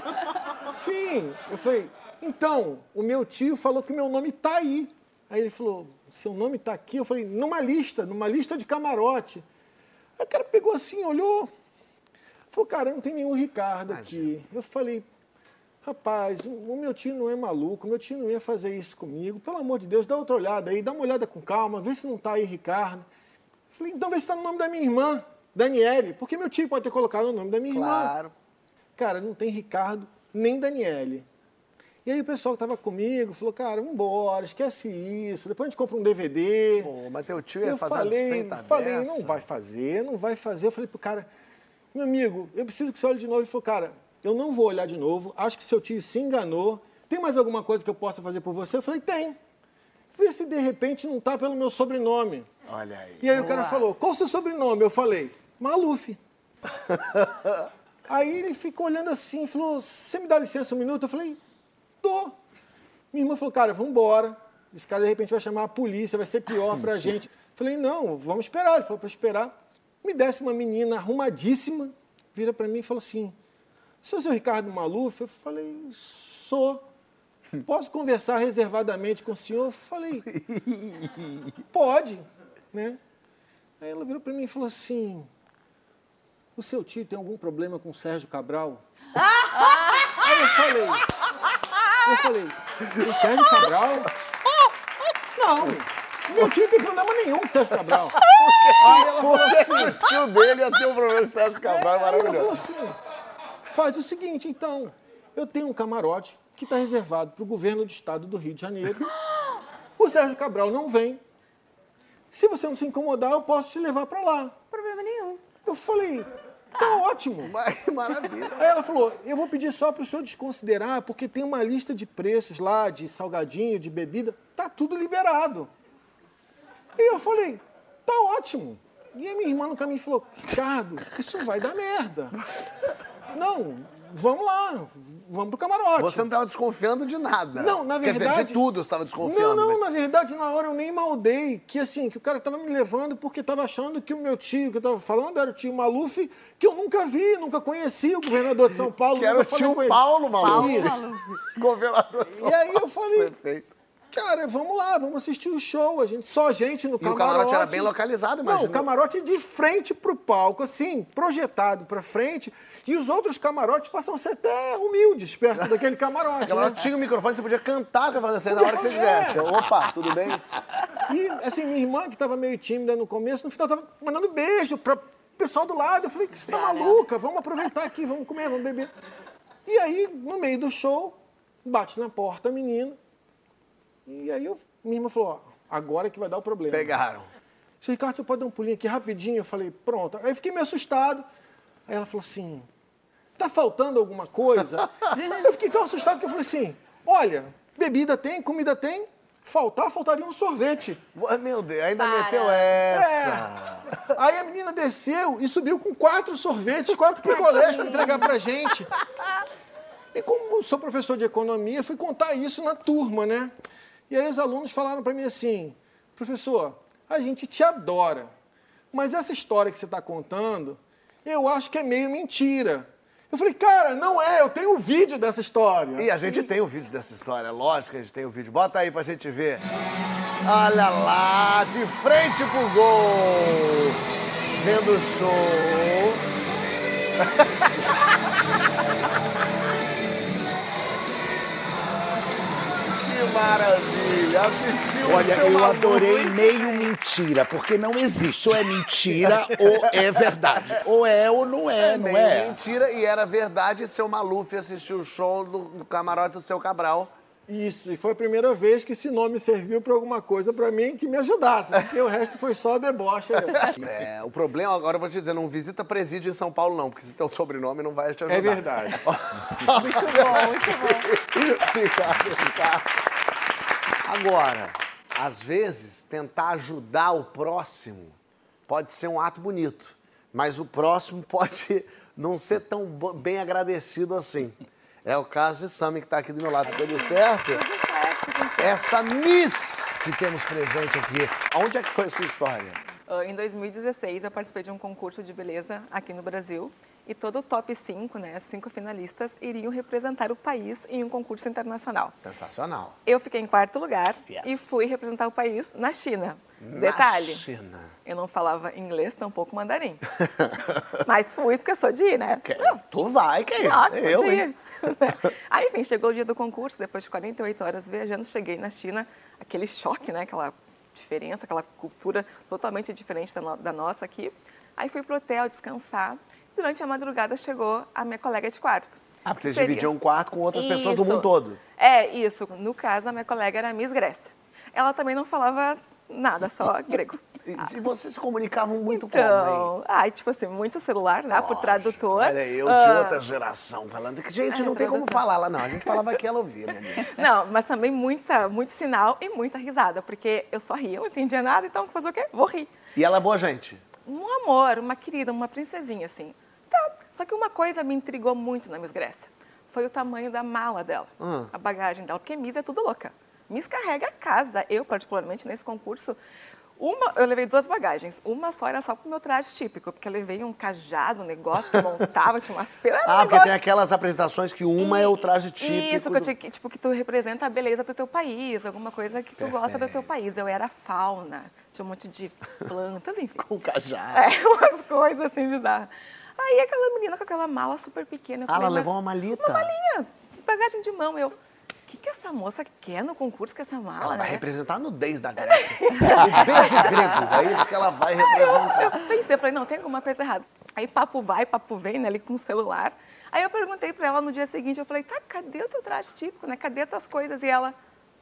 sim. Eu falei, então, o meu tio falou que meu nome está aí. Aí ele falou, seu nome está aqui? Eu falei, numa lista, numa lista de camarote. Aí o cara pegou assim, olhou, falou, cara, não tem nenhum Ricardo aqui. Eu falei, rapaz, o meu tio não é maluco, o meu tio não ia fazer isso comigo. Pelo amor de Deus, dá outra olhada aí, dá uma olhada com calma, vê se não está aí Ricardo. Eu falei, então vê se está no nome da minha irmã, Daniele, porque meu tio pode ter colocado o nome da minha Claro. irmã. Claro. Cara, não tem Ricardo nem Daniele. E aí o pessoal que estava comigo falou, cara, vamos embora, esquece isso, depois a gente compra um D V D. Pô, mas teu tio ia eu fazer falei, a falei, dessa. não vai fazer, não vai fazer. Eu falei pro cara, meu amigo, eu preciso que você olhe de novo. Ele falou, cara, eu não vou olhar de novo, acho que seu tio se enganou. Tem mais alguma coisa que eu possa fazer por você? Eu falei, tem. Vê se de repente não tá pelo meu sobrenome. Olha aí. E aí o cara falou, qual o seu sobrenome? Eu falei, Maluf. Aí ele ficou olhando assim, falou, você me dá licença um minuto? Eu falei, dou. Minha irmã falou, cara, vamos embora. Esse cara de repente vai chamar a polícia, vai ser pior pra gente. Eu falei, não, vamos esperar. Ele falou para esperar. Me desce uma menina arrumadíssima, vira pra mim e falou assim, sou o seu Ricardo Maluf? Eu falei, sou. Posso conversar reservadamente com o senhor? Eu falei, pode, né? Aí ela virou para mim e falou assim, o seu tio tem algum problema com o Sérgio Cabral? Aí eu falei, eu falei, o Sérgio Cabral? Não, meu tio não tem problema nenhum com o Sérgio Cabral. Aí ela falou assim, O tio dele ia ter um problema com o Sérgio Cabral, é, aí ela falou maravilhoso. assim, faz o seguinte, então, eu tenho um camarote que está reservado para o governo do estado do Rio de Janeiro. O Sérgio Cabral não vem. Se você não se incomodar, eu posso te levar para lá. Problema nenhum. Eu falei, tá ótimo. Mas, maravilha. Aí ela falou, eu vou pedir só para o senhor desconsiderar, porque tem uma lista de preços lá, de salgadinho, de bebida, tá tudo liberado. E eu falei, tá ótimo. E a minha irmã no caminho falou, Ricardo, isso vai dar merda. Não, vamos lá, vamos pro camarote. Você não estava desconfiando de nada. Não, na Quer verdade... dizer, de tudo você estava desconfiando. Não, não, mas- na verdade, na hora eu nem maldei, que assim, que o cara tava me levando porque tava achando que o meu tio, que eu tava falando, era o tio Maluf, que eu nunca vi, nunca conheci, o governador de São Paulo, Que era nunca o falei tio com ele. Paulo Maluf. Paulo Isso. Maluf. Governador de São E aí eu falei, Perfeito. cara, vamos lá, vamos assistir o show, a gente, só gente no E o camarote. camarote era bem localizado, Não, imagina. o camarote de frente pro palco, assim, projetado pra frente, e os outros camarotes passam a ser até humildes perto daquele camarote, Ela né? tinha o microfone, você podia cantar o que ia fazer na Podia hora que você fazer. quisesse. Opa, tudo bem? E, assim, minha irmã, que estava meio tímida no começo, no final estava mandando beijo para o pessoal do lado. Eu falei, que você tá maluca? Vamos aproveitar aqui, vamos comer, vamos beber. E aí, no meio do show, bate na porta a menina. E aí, eu, minha irmã falou, ó, agora que vai dar o problema. Pegaram. Seu Ricardo, você pode dar um pulinho aqui rapidinho? Eu falei, pronto. Aí eu fiquei meio assustado. Aí ela falou assim, tá faltando alguma coisa? Eu fiquei tão assustado que eu falei assim, olha, bebida tem, comida tem, faltar, faltaria um sorvete. Meu Deus, ainda Para. meteu essa. É. Aí a menina desceu e subiu com quatro sorvetes, quatro picolés para entregar pra gente. E como eu sou professor de economia, fui contar isso na turma, né? E aí os alunos falaram para mim assim, professor, a gente te adora, mas essa história que você está contando, eu acho que é meio mentira. Eu falei, cara, não é, eu tenho o vídeo dessa história. E a gente tem o vídeo dessa história, lógico que a gente tem o vídeo. Bota aí pra gente ver. Olha lá, de frente pro gol. Vendo o show. Que maravilha. Assistiu Olha, o seu eu Malu. adorei meio mentira, porque não existe. Ou é mentira ou é verdade. Ou é ou não é, não é? Mentira, e era verdade. Seu Maluf assistiu o show do, do camarote do seu Cabral. Isso, e foi a primeira vez que esse nome serviu para alguma coisa para mim que me ajudasse, porque o resto foi só deboche. É, o problema, agora eu vou te dizer, não visita presídio em São Paulo, não, porque se teu sobrenome não vai te ajudar. É verdade. Muito bom, muito bom. Ricardo, Ricardo. Agora, às vezes, tentar ajudar o próximo pode ser um ato bonito, mas o próximo pode não ser tão bo- bem agradecido assim. É o caso de Sami, que está aqui do meu lado. Tudo certo? Tudo certo, tudo certo. Esta Miss que temos presente aqui. Onde é que foi a sua história? Uh, Em dois mil e dezesseis, eu participei de um concurso de beleza aqui no Brasil e todo o top cinco, né, as cinco finalistas, iriam representar o país em um concurso internacional. Sensacional. Eu fiquei em quarto lugar Yes. e fui representar o país na China. Na Detalhe, China. eu não falava inglês, tampouco mandarim. Mas fui porque eu sou de ir, né? Que- Tu vai, que Ah, eu, sou de hein? ir. Aí, enfim, chegou o dia do concurso, depois de quarenta e oito horas viajando, cheguei na China, aquele choque, né, aquela diferença, aquela cultura totalmente diferente da, no- da nossa aqui. Aí fui pro hotel descansar. Durante a madrugada chegou a minha colega de quarto. Ah, porque vocês Seria- dividiam um quarto com outras pessoas do Isso. mundo todo. É, isso. No caso, a minha colega era a Miss Grécia. Ela também não falava nada, só grego. E, e vocês se comunicavam muito como, hein? Então, ai, tipo assim, muito celular, né, por tradutor. Olha, eu de Ah, outra geração falando que, gente, É, não tem como tradutor. falar lá, não. A gente falava que ela ouvia, minha amiga. Não, mas também muita, muito sinal e muita risada, porque eu só ria, eu não entendia nada, então fazer o quê? Vou rir. E ela é boa gente. Um amor, uma querida, uma princesinha, assim. Tá. Só que uma coisa me intrigou muito na Miss Grécia. Foi o tamanho da mala dela, Hum. a bagagem dela, porque Miss é tudo louca. Miss carrega a casa. Eu, particularmente, nesse concurso, uma, eu levei duas bagagens. Uma só era só pro meu traje típico, porque eu levei um cajado, um negócio que montava, tinha umas penas. Ah, porque tem aquelas apresentações que uma é o traje típico. Isso, que, eu do- tinha que, tipo, que tu representa a beleza do teu país, alguma coisa que tu gosta do teu Perfeito. país. Eu era fauna, tinha um monte de plantas, enfim. Com cajado. É, umas coisas assim bizarras. Aí aquela menina com aquela mala super pequena. eu Ah, falei, ela mas- levou uma malita? Uma malinha, bagagem de mão. Eu, o que, que essa moça quer no concurso com essa mala, Ela vai né? representar a nudez da Grécia. O beijo grego, é isso que ela vai representar. Eu pensei, eu falei, não, tem alguma coisa errada. Aí papo vai, papo vem, né, ali com o celular. Aí eu perguntei pra ela no dia seguinte, eu falei, tá, cadê o teu traje típico, né? Cadê as tuas coisas? E ela,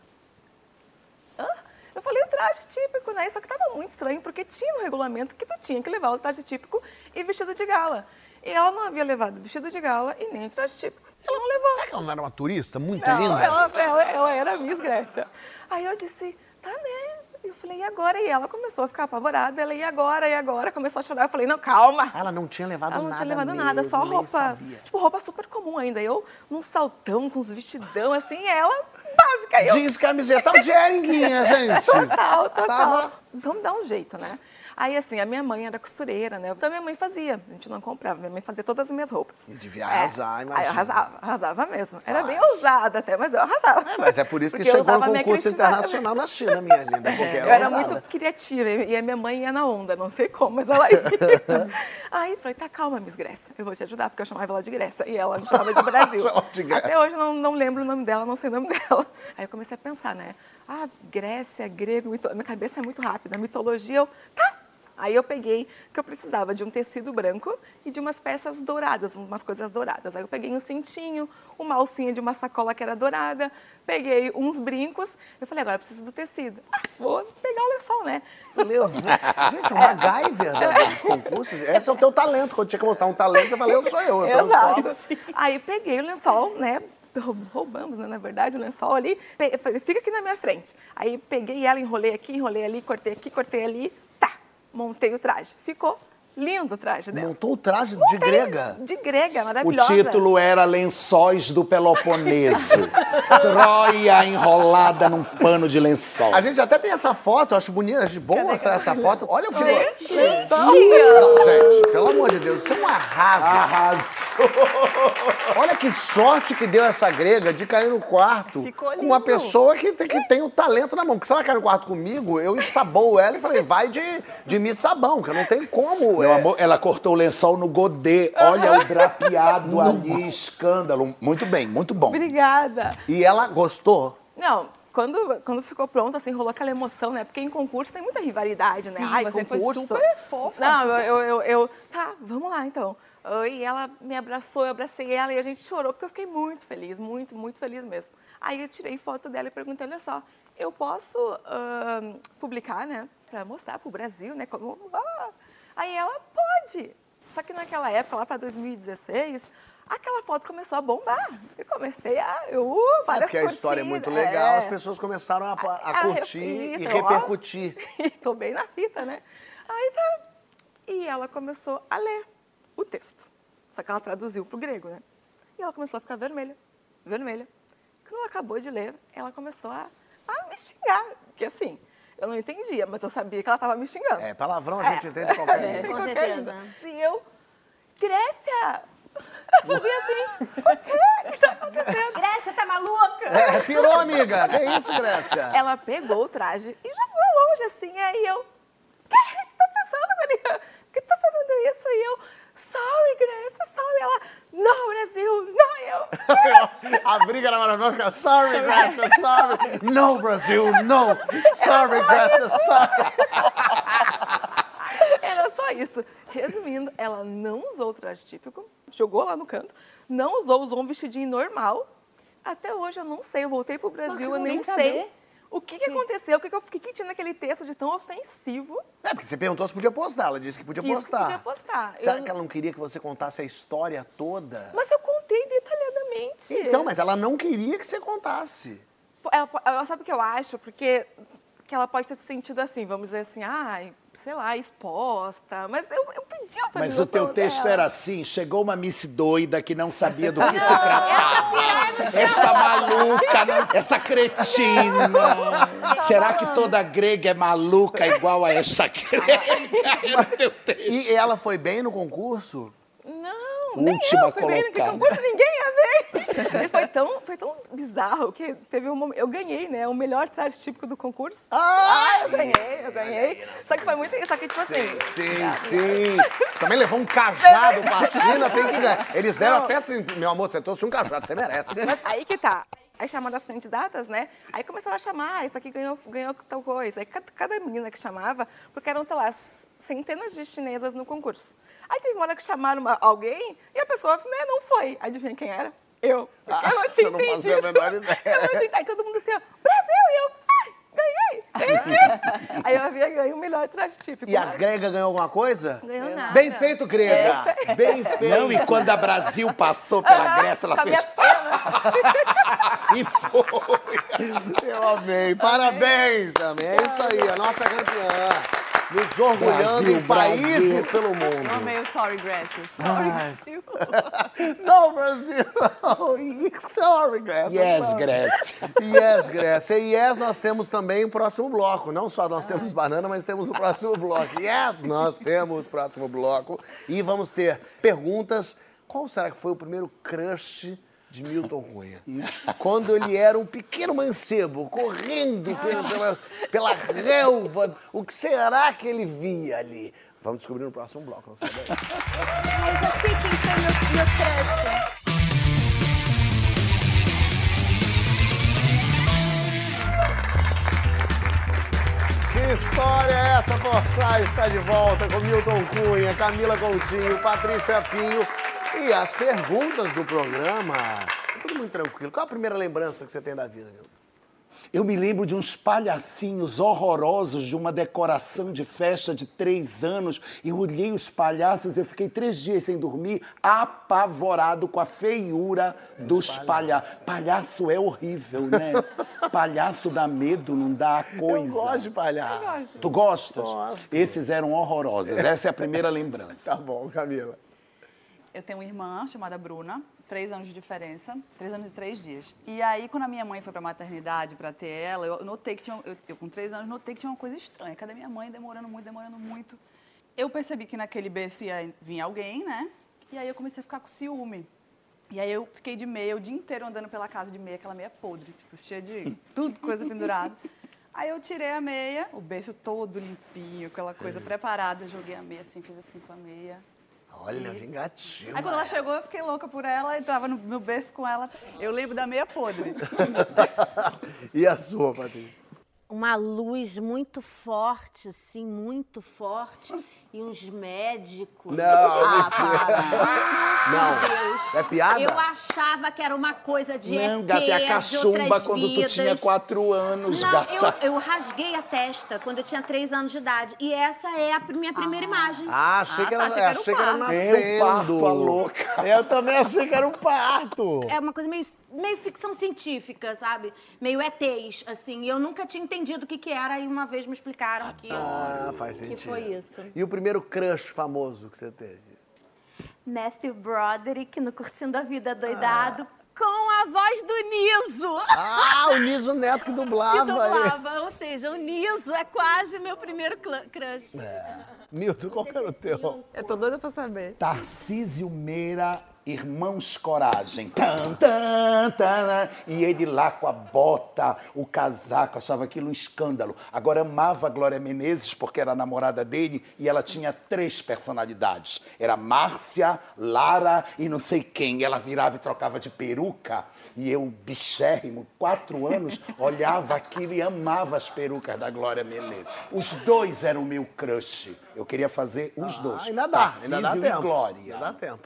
hã? Eu falei, o traje típico, né? Só que tava muito estranho, porque tinha no regulamento que tu tinha que levar o traje típico e vestido de gala. E ela não havia levado vestido de gala e nem o traje típico. Ela não levou. Será que ela não era uma turista muito Não, linda? Ela, ela, ela era Miss Grécia. Aí eu disse, tá, né? Eu falei, e agora? E ela começou a ficar apavorada. Ela, e agora? E agora? Começou a chorar. Eu falei, não, calma. Ela não tinha levado Ela não nada tinha levado mesmo, nada, só nem roupa, sabia. tipo, roupa super comum ainda. Eu num saltão, com uns vestidão, assim, e ela básica. Eu, Jeans, camiseta, tava de eringuinha, gente. total, total. Tava- Vamos dar um jeito, né? Aí, assim, a minha mãe era costureira, né? Então, minha mãe fazia. A gente não comprava. Minha mãe fazia todas as minhas roupas. E devia arrasar, Aí eu imagina. arrasava, arrasava mesmo. Era bem ousada até, mas eu arrasava. É, mas é por isso que Porque eu chegou no usava a minha concurso criatividade. internacional na China, minha linda. Porque Eu era era ousada. muito criativa e a minha mãe ia na onda, não sei como, mas ela ia. Aí falei, tá, calma, Miss Grécia, eu vou te ajudar, porque eu chamava ela de Grécia e ela me chamava de Brasil. Chamava de Grécia. Até hoje eu não, não lembro o nome dela, não sei o nome dela. Aí eu comecei a pensar, né? Ah, Grécia, grego, mito... minha cabeça é muito rápida, mitologia, eu, tá. Aí eu peguei que eu precisava de um tecido branco e de umas peças douradas, umas coisas douradas. Aí eu peguei um cintinho, uma alcinha de uma sacola que era dourada, peguei uns brincos. Eu falei, agora eu preciso do tecido. Ah, vou pegar o lençol, né? Levou. Gente, uma MacGyver dos concursos. Esse é o teu talento. Quando tinha que mostrar um talento, você fala, eu sou eu. eu Exato. Aí peguei o lençol, né? Roubamos, né, na verdade, o lençol ali. Falei, fica aqui na minha frente. Aí peguei ela, enrolei aqui, enrolei ali, cortei aqui, cortei ali. Tá, montei o traje. Ficou lindo o traje dela. Montou o traje Montei, de grega? De grega, O maravilhosa. título era Lençóis do Peloponeso. Troia enrolada num pano de lençol. A gente até tem essa foto, eu acho bonita, acho bom mostrar essa foto. Olha o que... Gente, Não, gente, pelo amor de Deus, isso é um arraso. Arrasou. Olha que sorte que deu essa grega de cair no quarto Ficou com uma lindo. pessoa que tem, que tem o talento na mão. Porque se ela cair no quarto comigo, eu ensaboo ela e falei, vai de, de mim sabão, que não tem como. Meu é. amor, ela cortou o lençol no godê. Olha o drapeado ali, escândalo. Muito bem, muito bom. Obrigada. E ela gostou? Não, quando, quando ficou pronto, assim, rolou aquela emoção, né? Porque em concurso tem muita rivalidade, né? Sim, Ai, você foi concurso. super fofa, Não, super. eu, eu, eu, eu- Tá, vamos lá, então. E ela me abraçou, eu abracei ela e a gente chorou, porque eu fiquei muito feliz, muito, muito feliz mesmo. Aí eu tirei foto dela e perguntei, olha só, eu posso ahn, publicar, né? Pra mostrar pro Brasil, né? Como... Ah. Aí ela, pode. Só que naquela época, lá pra dois mil e dezesseis... aquela foto começou a bombar. Eu comecei a... Eu, uh, É várias porque a história é curtidas. muito legal, É. as pessoas começaram a, a Ah, curtir isso, e ó. repercutir. Tô bem na fita, né? Aí tá. E ela começou a ler o texto. Só que ela traduziu pro grego, né? E ela começou a ficar vermelha, vermelha. Quando ela acabou de ler, ela começou a, a me xingar. Que assim, eu não entendia, mas eu sabia que ela tava me xingando. É, palavrão a gente entende qualquer É, jeito. com Qualquer certeza. língua. E eu, Grécia! Eu fazia assim, o quê? O que tá acontecendo? Grécia, tá maluca? É, pirou, amiga. Que isso, Grécia? Ela pegou o traje e jogou longe, assim. Aí eu, o que que tá pensando, Maria? Por que tu tá fazendo isso? E eu, sorry, Grécia, sorry. Ela, não, Brasil, não, eu. A briga era maravilhosa. Sorry, Grécia, sorry. No, Brasil, no. Sorry, Grécia, sorry. Era só isso. Resumindo, ela não usou o traje típico, jogou lá no canto, não usou, usou um vestidinho normal. Até hoje eu não sei, eu voltei pro Brasil, eu nem sem sei saber? o que, que aconteceu, o que, que, eu, o que, que tinha naquele texto de tão ofensivo. É, porque você perguntou se podia postar. Ela disse que podia Disse que postar. podia postar. Será Eu- que ela não queria que você contasse a história toda? Mas eu contei detalhadamente. Então, mas ela não queria que você contasse. Ela, ela sabe o que eu acho? Porque que ela pode ter se sentido assim, vamos dizer assim, ai, sei lá, exposta. Mas eu, eu pedi a Mas o teu permissão texto dela. era assim, chegou uma Miss doida que não sabia do que se tratava. Esta maluca, não- essa cretina. Será que toda grega é maluca igual a esta grega? Era o teu texto. E ela foi bem no concurso? Não, Última nem eu fui bem no colocada. concurso, ninguém ia ver. E foi tão, foi tão bizarro que teve um momento... Eu ganhei, né? O melhor traje típico do concurso. Ah! eu ganhei, eu ganhei. Só que foi muito... Só que, tipo assim... Sim, sim. Também levou um cajado pra China, tem que ganhar. Eles deram Não. até assim, meu amor, você trouxe um cajado, você merece. Mas aí que tá. Aí chamando as candidatas, né? Aí começaram a chamar, isso aqui ganhou, ganhou tal coisa. Aí cada, cada menina que chamava, porque eram, sei lá, centenas de chinesas no concurso. Aí teve uma hora que chamaram uma- alguém e a pessoa, né, não foi. Adivinha quem era? Eu. Porque Ah, eu não você tinha não fazia entendido. a menor ideia. Eu não tinha entendido. Aí todo mundo assim, ó, Brasil! E eu, ai, ganhei! ganhei. Aí eu havia ganho o melhor traje típico. E a Mas grega ganhou alguma coisa? ganhou nada. Bem feito, grega. Bem feito. Não, e quando a Brasil passou pela Grécia, ela Com a minha fez... pena. E foi. Eu amei. Parabéns, amém. É isso aí, a nossa campeã. Nos orgulhando Brasil, em países Brasil. pelo Eu mundo. amei o Sorry, Gracias. No, Brasil. Sorry, Grécia. Yes, sorry. Grécia. Yes, Grécia. E yes, nós temos também o próximo bloco. Não só nós temos banana, mas temos o próximo bloco. Yes, nós temos o próximo bloco. E vamos ter perguntas. Qual será que foi o primeiro crush de Milton Cunha? Quando ele era um pequeno mancebo, correndo pela, pela, pela relva. O que será que ele via ali? Vamos descobrir no próximo bloco. Não sai daí. Ai, já sei quem foi meu, meu crush. história é essa, Porchat está de volta com Milton Cunha, Camila Coutinho, Patrícia Pinho e as perguntas do programa. Tudo muito tranquilo. Qual a primeira lembrança que você tem da vida, Milton? Eu me lembro de uns palhacinhos horrorosos de uma decoração de festa de três anos. Eu olhei os palhaços, eu fiquei três dias sem dormir, apavorado com a feiura dos palhaços. Palhaço é horrível, né? Palhaço dá medo, não dá coisa. Eu gosto de palhaço. Tu gostas? Gosto. Esses eram horrorosos. Essa é a primeira lembrança. Tá bom, Camila. Eu tenho uma irmã chamada Bruna, três anos de diferença, três anos e três dias. E aí, quando a minha mãe foi pra maternidade pra ter ela, eu notei que tinha, eu, eu com três anos, notei que tinha uma coisa estranha. Cadê minha mãe? Demorando muito, demorando muito. Eu percebi que naquele berço ia vir alguém, né? E aí eu comecei a ficar com ciúme. E aí eu fiquei de meia, o dia inteiro andando pela casa de meia, aquela meia podre, tipo, cheia de tudo, coisa pendurada. Aí eu tirei a meia, o berço todo limpinho, aquela coisa preparada, joguei a meia assim, fiz assim com a meia. Olha, vingativo. Aí quando ela chegou, eu fiquei louca por ela, entrava no, no berço com ela. Eu lembro da meia podre. E a sua, Patrícia? Uma luz muito forte, assim, muito forte. E uns médicos. Não, ah, para. Não. Deus. É piada? Eu achava que era uma coisa de Não, E T, gata, é a de cachumba outras quando tu vidas. tinha quatro anos, Não, gata. eu, eu rasguei a testa quando eu tinha três anos de idade. E essa é a minha primeira imagem. Ah, achei que era, Ah, tá, achei que era um achei que era parto. nascendo. É um parto, a louca. Eu também achei que era um parto. É uma coisa meio, meio ficção científica, sabe? Meio E Tês, assim. E eu nunca tinha entendido o que que era. E uma vez me explicaram que, Ah, faz que sentido. foi isso. E o primeiro crush famoso que você teve? Matthew Broderick no Curtindo a Vida Doidado. Com a voz do Niso. Ah, o Niso Neto que dublava. Que dublava, ou seja, o Niso é quase meu primeiro cl- crush. É. Milton, qual que era o teu? Eu tô doida pra saber. Tarcísio Meira, Irmãos Coragem. Tan, tan, tan, e ele lá com a bota, o casaco, achava aquilo um escândalo. Agora amava a Glória Menezes porque era a namorada dele e ela tinha três personalidades. Era Márcia, Lara e não sei quem. Ela virava e trocava de peruca e eu, bichérrimo, quatro anos, olhava aquilo e amava as perucas da Glória Menezes. Os dois eram o meu crush. Eu queria fazer os Ah, dois. ainda dá, ainda dá Tarcísio tempo. e Glória. Ainda dá tempo.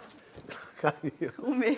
O meu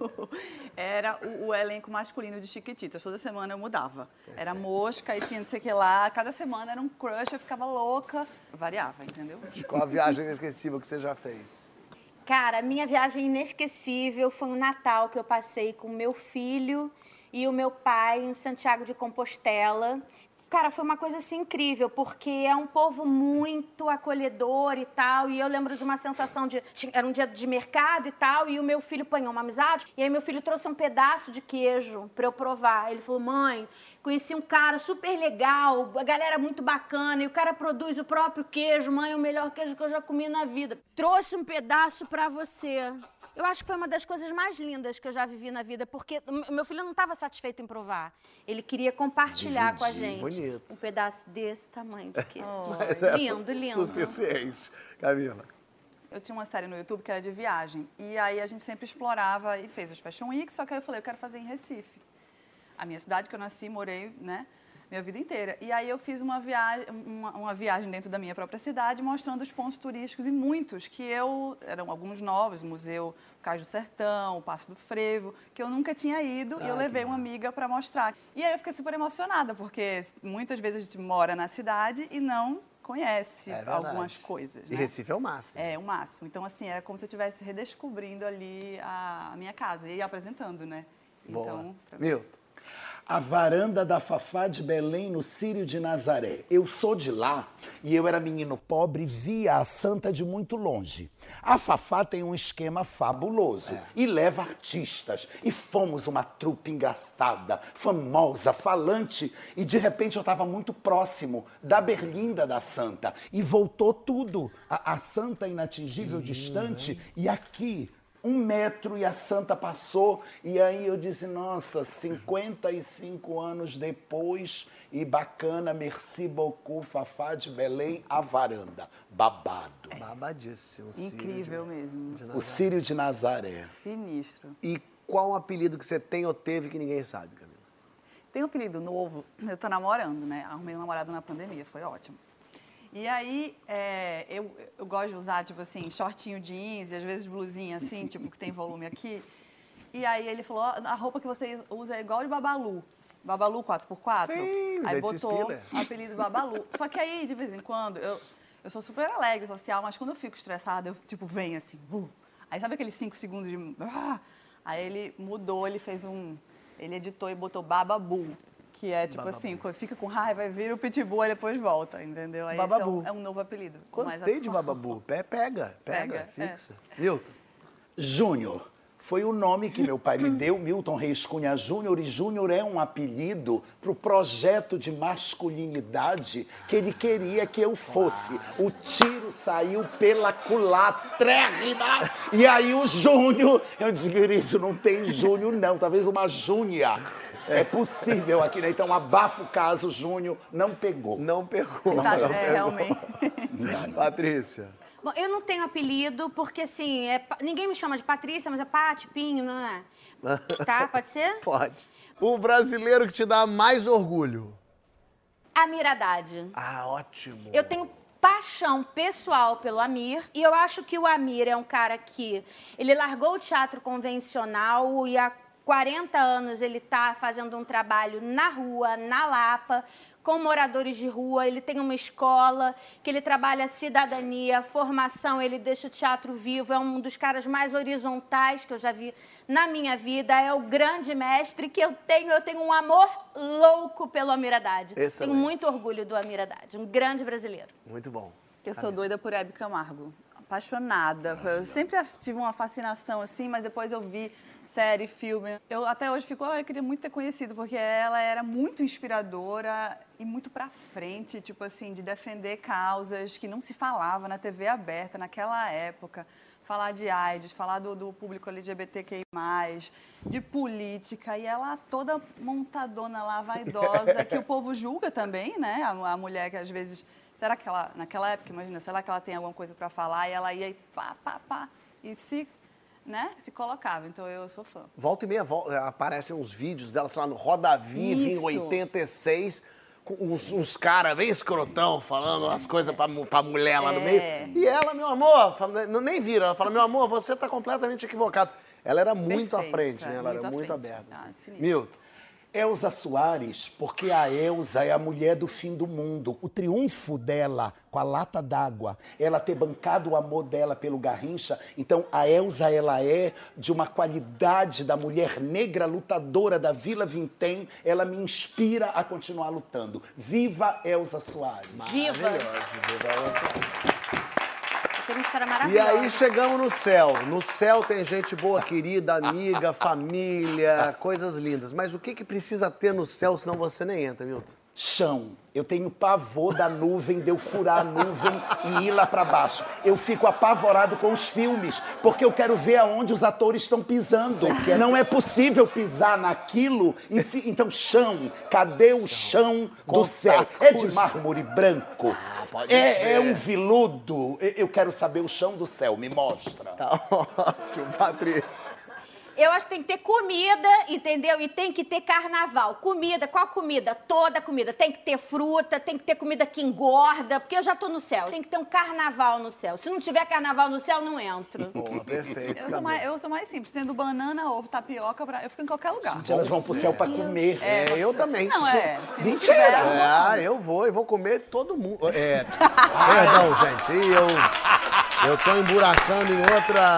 era o, o elenco masculino de Chiquititas. Toda semana eu mudava. Era Mosca e tinha não sei o que lá. Cada semana era um crush, eu ficava louca. Variava, entendeu? Qual a viagem inesquecível que você já fez? Cara, minha viagem inesquecível foi um Natal que eu passei com meu filho e o meu pai em Santiago de Compostela. Cara, foi uma coisa assim incrível, porque é um povo muito acolhedor e tal, e eu lembro de uma sensação de... Era um dia de mercado e tal, e o meu filho apanhou uma amizade, e aí meu filho trouxe um pedaço de queijo pra eu provar. Ele falou, mãe, conheci um cara super legal, a galera muito bacana, e o cara produz o próprio queijo, mãe, é o melhor queijo que eu já comi na vida. Trouxe um pedaço pra você. Eu acho que foi uma das coisas mais lindas que eu já vivi na vida, porque o meu filho não estava satisfeito em provar. Ele queria compartilhar Dividir. com a gente. Bonito. Um pedaço desse tamanho de queijo. Mas é Lindo, lindo. Suficiente. Camila. Eu tinha uma série no YouTube que era de viagem. E aí a gente sempre explorava e fez os Fashion Week, só que aí eu falei, eu quero fazer em Recife. A minha cidade que eu nasci, morei, né, minha vida inteira. E aí eu fiz uma viagem, uma, uma viagem dentro da minha própria cidade, mostrando os pontos turísticos e muitos que eu, eram alguns novos, o Museu Cais do Sertão, o Passo do Frevo, que eu nunca tinha ido e eu levei uma amiga para mostrar. E aí eu fiquei super emocionada, porque muitas vezes a gente mora na cidade e não conhece É verdade. algumas coisas, E né? Recife é o máximo. É, o máximo. Então, assim, é como se eu estivesse redescobrindo ali a, a minha casa e apresentando, né? Boa. Então, pra- Milton. A varanda da Fafá de Belém, no Círio de Nazaré. Eu sou de lá e eu era menino pobre e via a santa de muito longe. A Fafá tem um esquema fabuloso e leva artistas. E fomos uma trupe engraçada, famosa, falante. E de repente eu estava muito próximo da berlinda da santa. E voltou tudo. A, a santa inatingível, distante. E aqui... Um metro e a santa passou. E aí eu disse, nossa, cinquenta e cinco anos depois, e bacana, merci beaucoup, Fafá de Belém, a varanda. Babado. Babadíssimo. Incrível mesmo. O Círio de Nazaré. Sinistro. E qual um apelido que você tem ou teve que ninguém sabe, Camila? tem um apelido novo, eu tô namorando, né? Arrumei um namorado na pandemia, foi ótimo. E aí, é, eu, eu gosto de usar, tipo assim, shortinho jeans e às vezes blusinha assim, tipo, que tem volume aqui. E aí ele falou, a roupa que você usa é igual de Babalu. Babalu quatro por quatro. Sim, aí desse botou Spiller. o apelido Babalu. Só que aí, de vez em quando, eu, eu sou super alegre, social, mas quando eu fico estressada, eu, tipo, venho assim, uh. Aí sabe aqueles cinco segundos de... Ah! Aí ele mudou, ele fez um... Ele editou e botou Bababu, que é tipo Bababu. assim, quando fica com raiva, vira o pitbull e depois volta, entendeu? Aí esse é Bababu. um, é um novo apelido. Gostei mais de atual. Bababu. Pe- Pega, pega, Pega, é. fixa. Milton. Júnior. Foi o nome que meu pai me deu, Milton Reis Cunha Júnior, e Júnior é um apelido para o projeto de masculinidade que ele queria que eu fosse. O tiro saiu pela culatrérrima, e aí o Júnior, eu disse, querido, não tem Júnior não, talvez uma Júnia. É possível aqui, né? Então abafa o caso, Júnior não pegou. Não pegou. Tá, não é, pegou. realmente. Patrícia. Bom, eu não tenho apelido, porque assim, é pa- ninguém me chama de Patrícia, mas é Pati, Pinho, não é? Tá? Pode ser? Pode. O brasileiro que te dá mais orgulho. Amir Haddad. Ah, ótimo. Eu tenho paixão pessoal pelo Amir, e eu acho que o Amir é um cara que ele largou o teatro convencional e há quarenta anos ele está fazendo um trabalho na rua, na Lapa, com moradores de rua. Ele tem uma escola que ele trabalha cidadania, formação, ele deixa o teatro vivo, é um dos caras mais horizontais que eu já vi na minha vida, é o grande mestre que eu tenho, eu tenho um amor louco pelo Amir Haddad. Excelente. Tenho muito orgulho do Amir Haddad, um grande brasileiro. Muito bom. Eu sou doida por Hebe Camargo. Apaixonada. Eu sempre tive uma fascinação assim, mas depois eu vi série, filme. Eu até hoje fico, ah, eu queria muito ter conhecido, porque ela era muito inspiradora e muito pra frente, tipo assim, de defender causas que não se falava na T V aberta naquela época. Falar de AIDS, falar do, do público L G B T Q I mais, de política, e ela toda montadona lá, vaidosa, que o povo julga também, né? A, a mulher que às vezes... Será que ela, naquela época, imagina, será que ela tem alguma coisa para falar? E ela ia e pá, pá, pá, e se, né, se colocava. Então, eu sou fã. Volta e meia vol- aparecem uns vídeos dela, sei lá, no Roda Viva, em Isso. oitenta e seis, com uns, uns caras bem escrotão falando umas coisas pra, mu- pra mulher lá no É. meio. E ela, meu amor, fala- não- nem vira, ela fala, meu amor, você tá completamente equivocado. Ela era muito à Perfeita, frente, né? Ela muito era à muito frente. aberta. Ah, assim. sinistro. Milton. Elza Soares, porque a Elza é a mulher do fim do mundo. O triunfo dela com a lata d'água, ela ter bancado o amor dela pelo Garrincha. Então, a Elza, ela é de uma qualidade da mulher negra lutadora da Vila Vintém. Ela me inspira a continuar lutando. Viva Elza Soares. Viva! Maravilhosa, viva Elza Soares. Tem uma história E maravilhosa. aí chegamos no céu. No céu tem gente boa, querida, amiga, família, coisas lindas. Mas o que, que precisa ter no céu, senão você nem entra, Milton? Chão. Eu tenho pavor da nuvem, de eu furar a nuvem e ir lá pra baixo. Eu fico apavorado com os filmes, porque eu quero ver aonde os atores estão pisando. Não é possível pisar naquilo. e fi- Então, chão. Cadê o chão do céu? Contato É com de os- mármore branco? pode É, ser. é um viludo? Eu- Eu quero saber o chão do céu. Me mostra. Tá ótimo, Patrícia. Eu acho que tem que ter comida, entendeu? E tem que ter carnaval. Comida, qual comida? Toda comida. Tem que ter fruta, tem que ter comida que engorda, porque eu já tô no céu. Tem que ter um carnaval no céu. Se não tiver carnaval no céu, não entro. Boa, perfeito. Eu sou, mais, eu sou mais simples, tendo banana, ovo, tapioca, pra, eu fico em qualquer lugar. Gente, elas vão pro céu pra comer. É, eu também. Não, é. Se não Mentira! tiver, eu vou. Ah, eu vou, eu vou comer todo mundo. É, perdão, gente. E eu, eu tô emburacando em outra.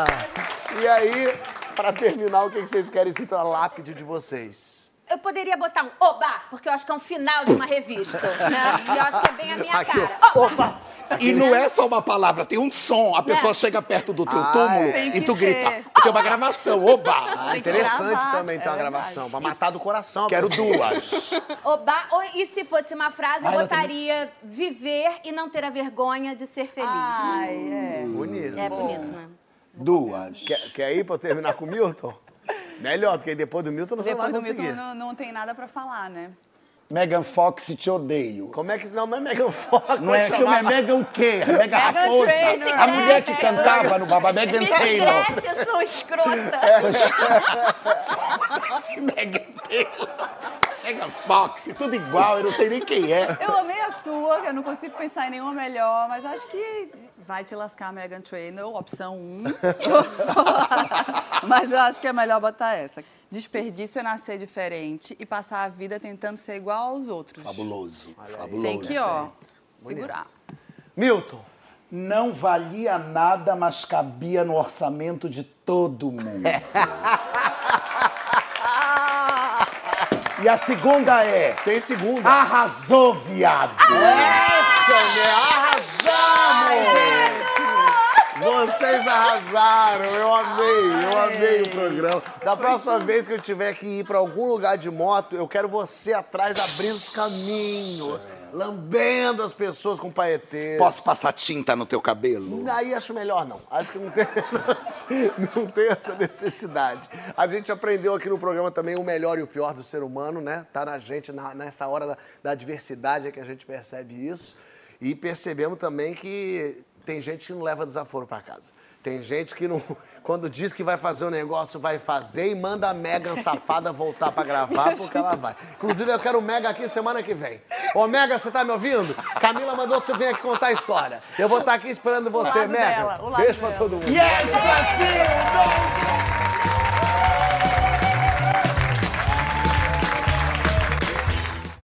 E aí, pra terminar, o que que vocês querem ser pra lápide de vocês? Eu poderia botar um oba, porque eu acho que é um final de uma revista, né? E eu acho que é bem a minha Aqui, cara. ó. Oba! E não é só uma palavra, tem um som. A pessoa É. chega perto do teu Ah, túmulo Tem e que tu grita. ter. Tem uma gravação, oba! Ah, Tem que interessante gravar, também ter é uma verdade. gravação, pra matar do coração. Quero pessoal. duas. Oba, ou- e se fosse uma frase, eu Ah, ela botaria viver e não ter a vergonha de ser feliz. Ai, é. Bonito. É bonito, né? Duas. Quer, quer ir pra eu terminar com o Milton? Melhor, porque aí depois do Milton você não vai Depois do conseguir. Milton não, não tem nada pra falar, né? Megan Fox, te odeio. Como é que... Não, não é Megan Fox. Não é que chamar- é Megan o quê? Megan Megan Raposa. Trainor. A mulher que Megan cantava no Baba Megan Miss Taylor. Grécia, eu sou escrota. Foda-se, Megan Taylor. Megan Fox, tudo igual, eu não sei nem quem é. Eu amei a sua, que eu não consigo pensar em nenhuma melhor, mas acho que vai te lascar Meghan Trainor, opção um. Mas eu acho que é melhor botar essa. Desperdício é nascer diferente e passar a vida tentando ser igual aos outros. Fabuloso, fabuloso. Tem que, ó, segurar. Milton. Não valia nada, mas cabia no orçamento de todo mundo. E a segunda é... Tem segunda. Arrasou, viado! Arrasamos! Vocês arrasaram, eu amei, eu amei o programa. Da próxima vez que eu tiver que ir pra algum lugar de moto, eu quero você atrás abrindo os caminhos, lambendo as pessoas com paetês. Posso passar tinta no teu cabelo? Aí acho melhor não, acho que não tem, não tem essa necessidade. A gente aprendeu aqui no programa também o melhor e o pior do ser humano, né? Tá na gente, na, nessa hora da, da diversidade é que a gente percebe isso. E percebemos também que tem gente que não leva desaforo pra casa. Tem gente que não, quando diz que vai fazer um negócio, vai fazer e manda a Megan safada voltar pra gravar, porque ela vai. Inclusive, eu quero o Mega aqui semana que vem. Ô, Mega, você tá me ouvindo? Camila mandou que tu venha aqui contar a história. Eu vou estar aqui esperando você, lado Mega. dela, o lado Beijo pra dela. todo mundo. Yes, Brasil!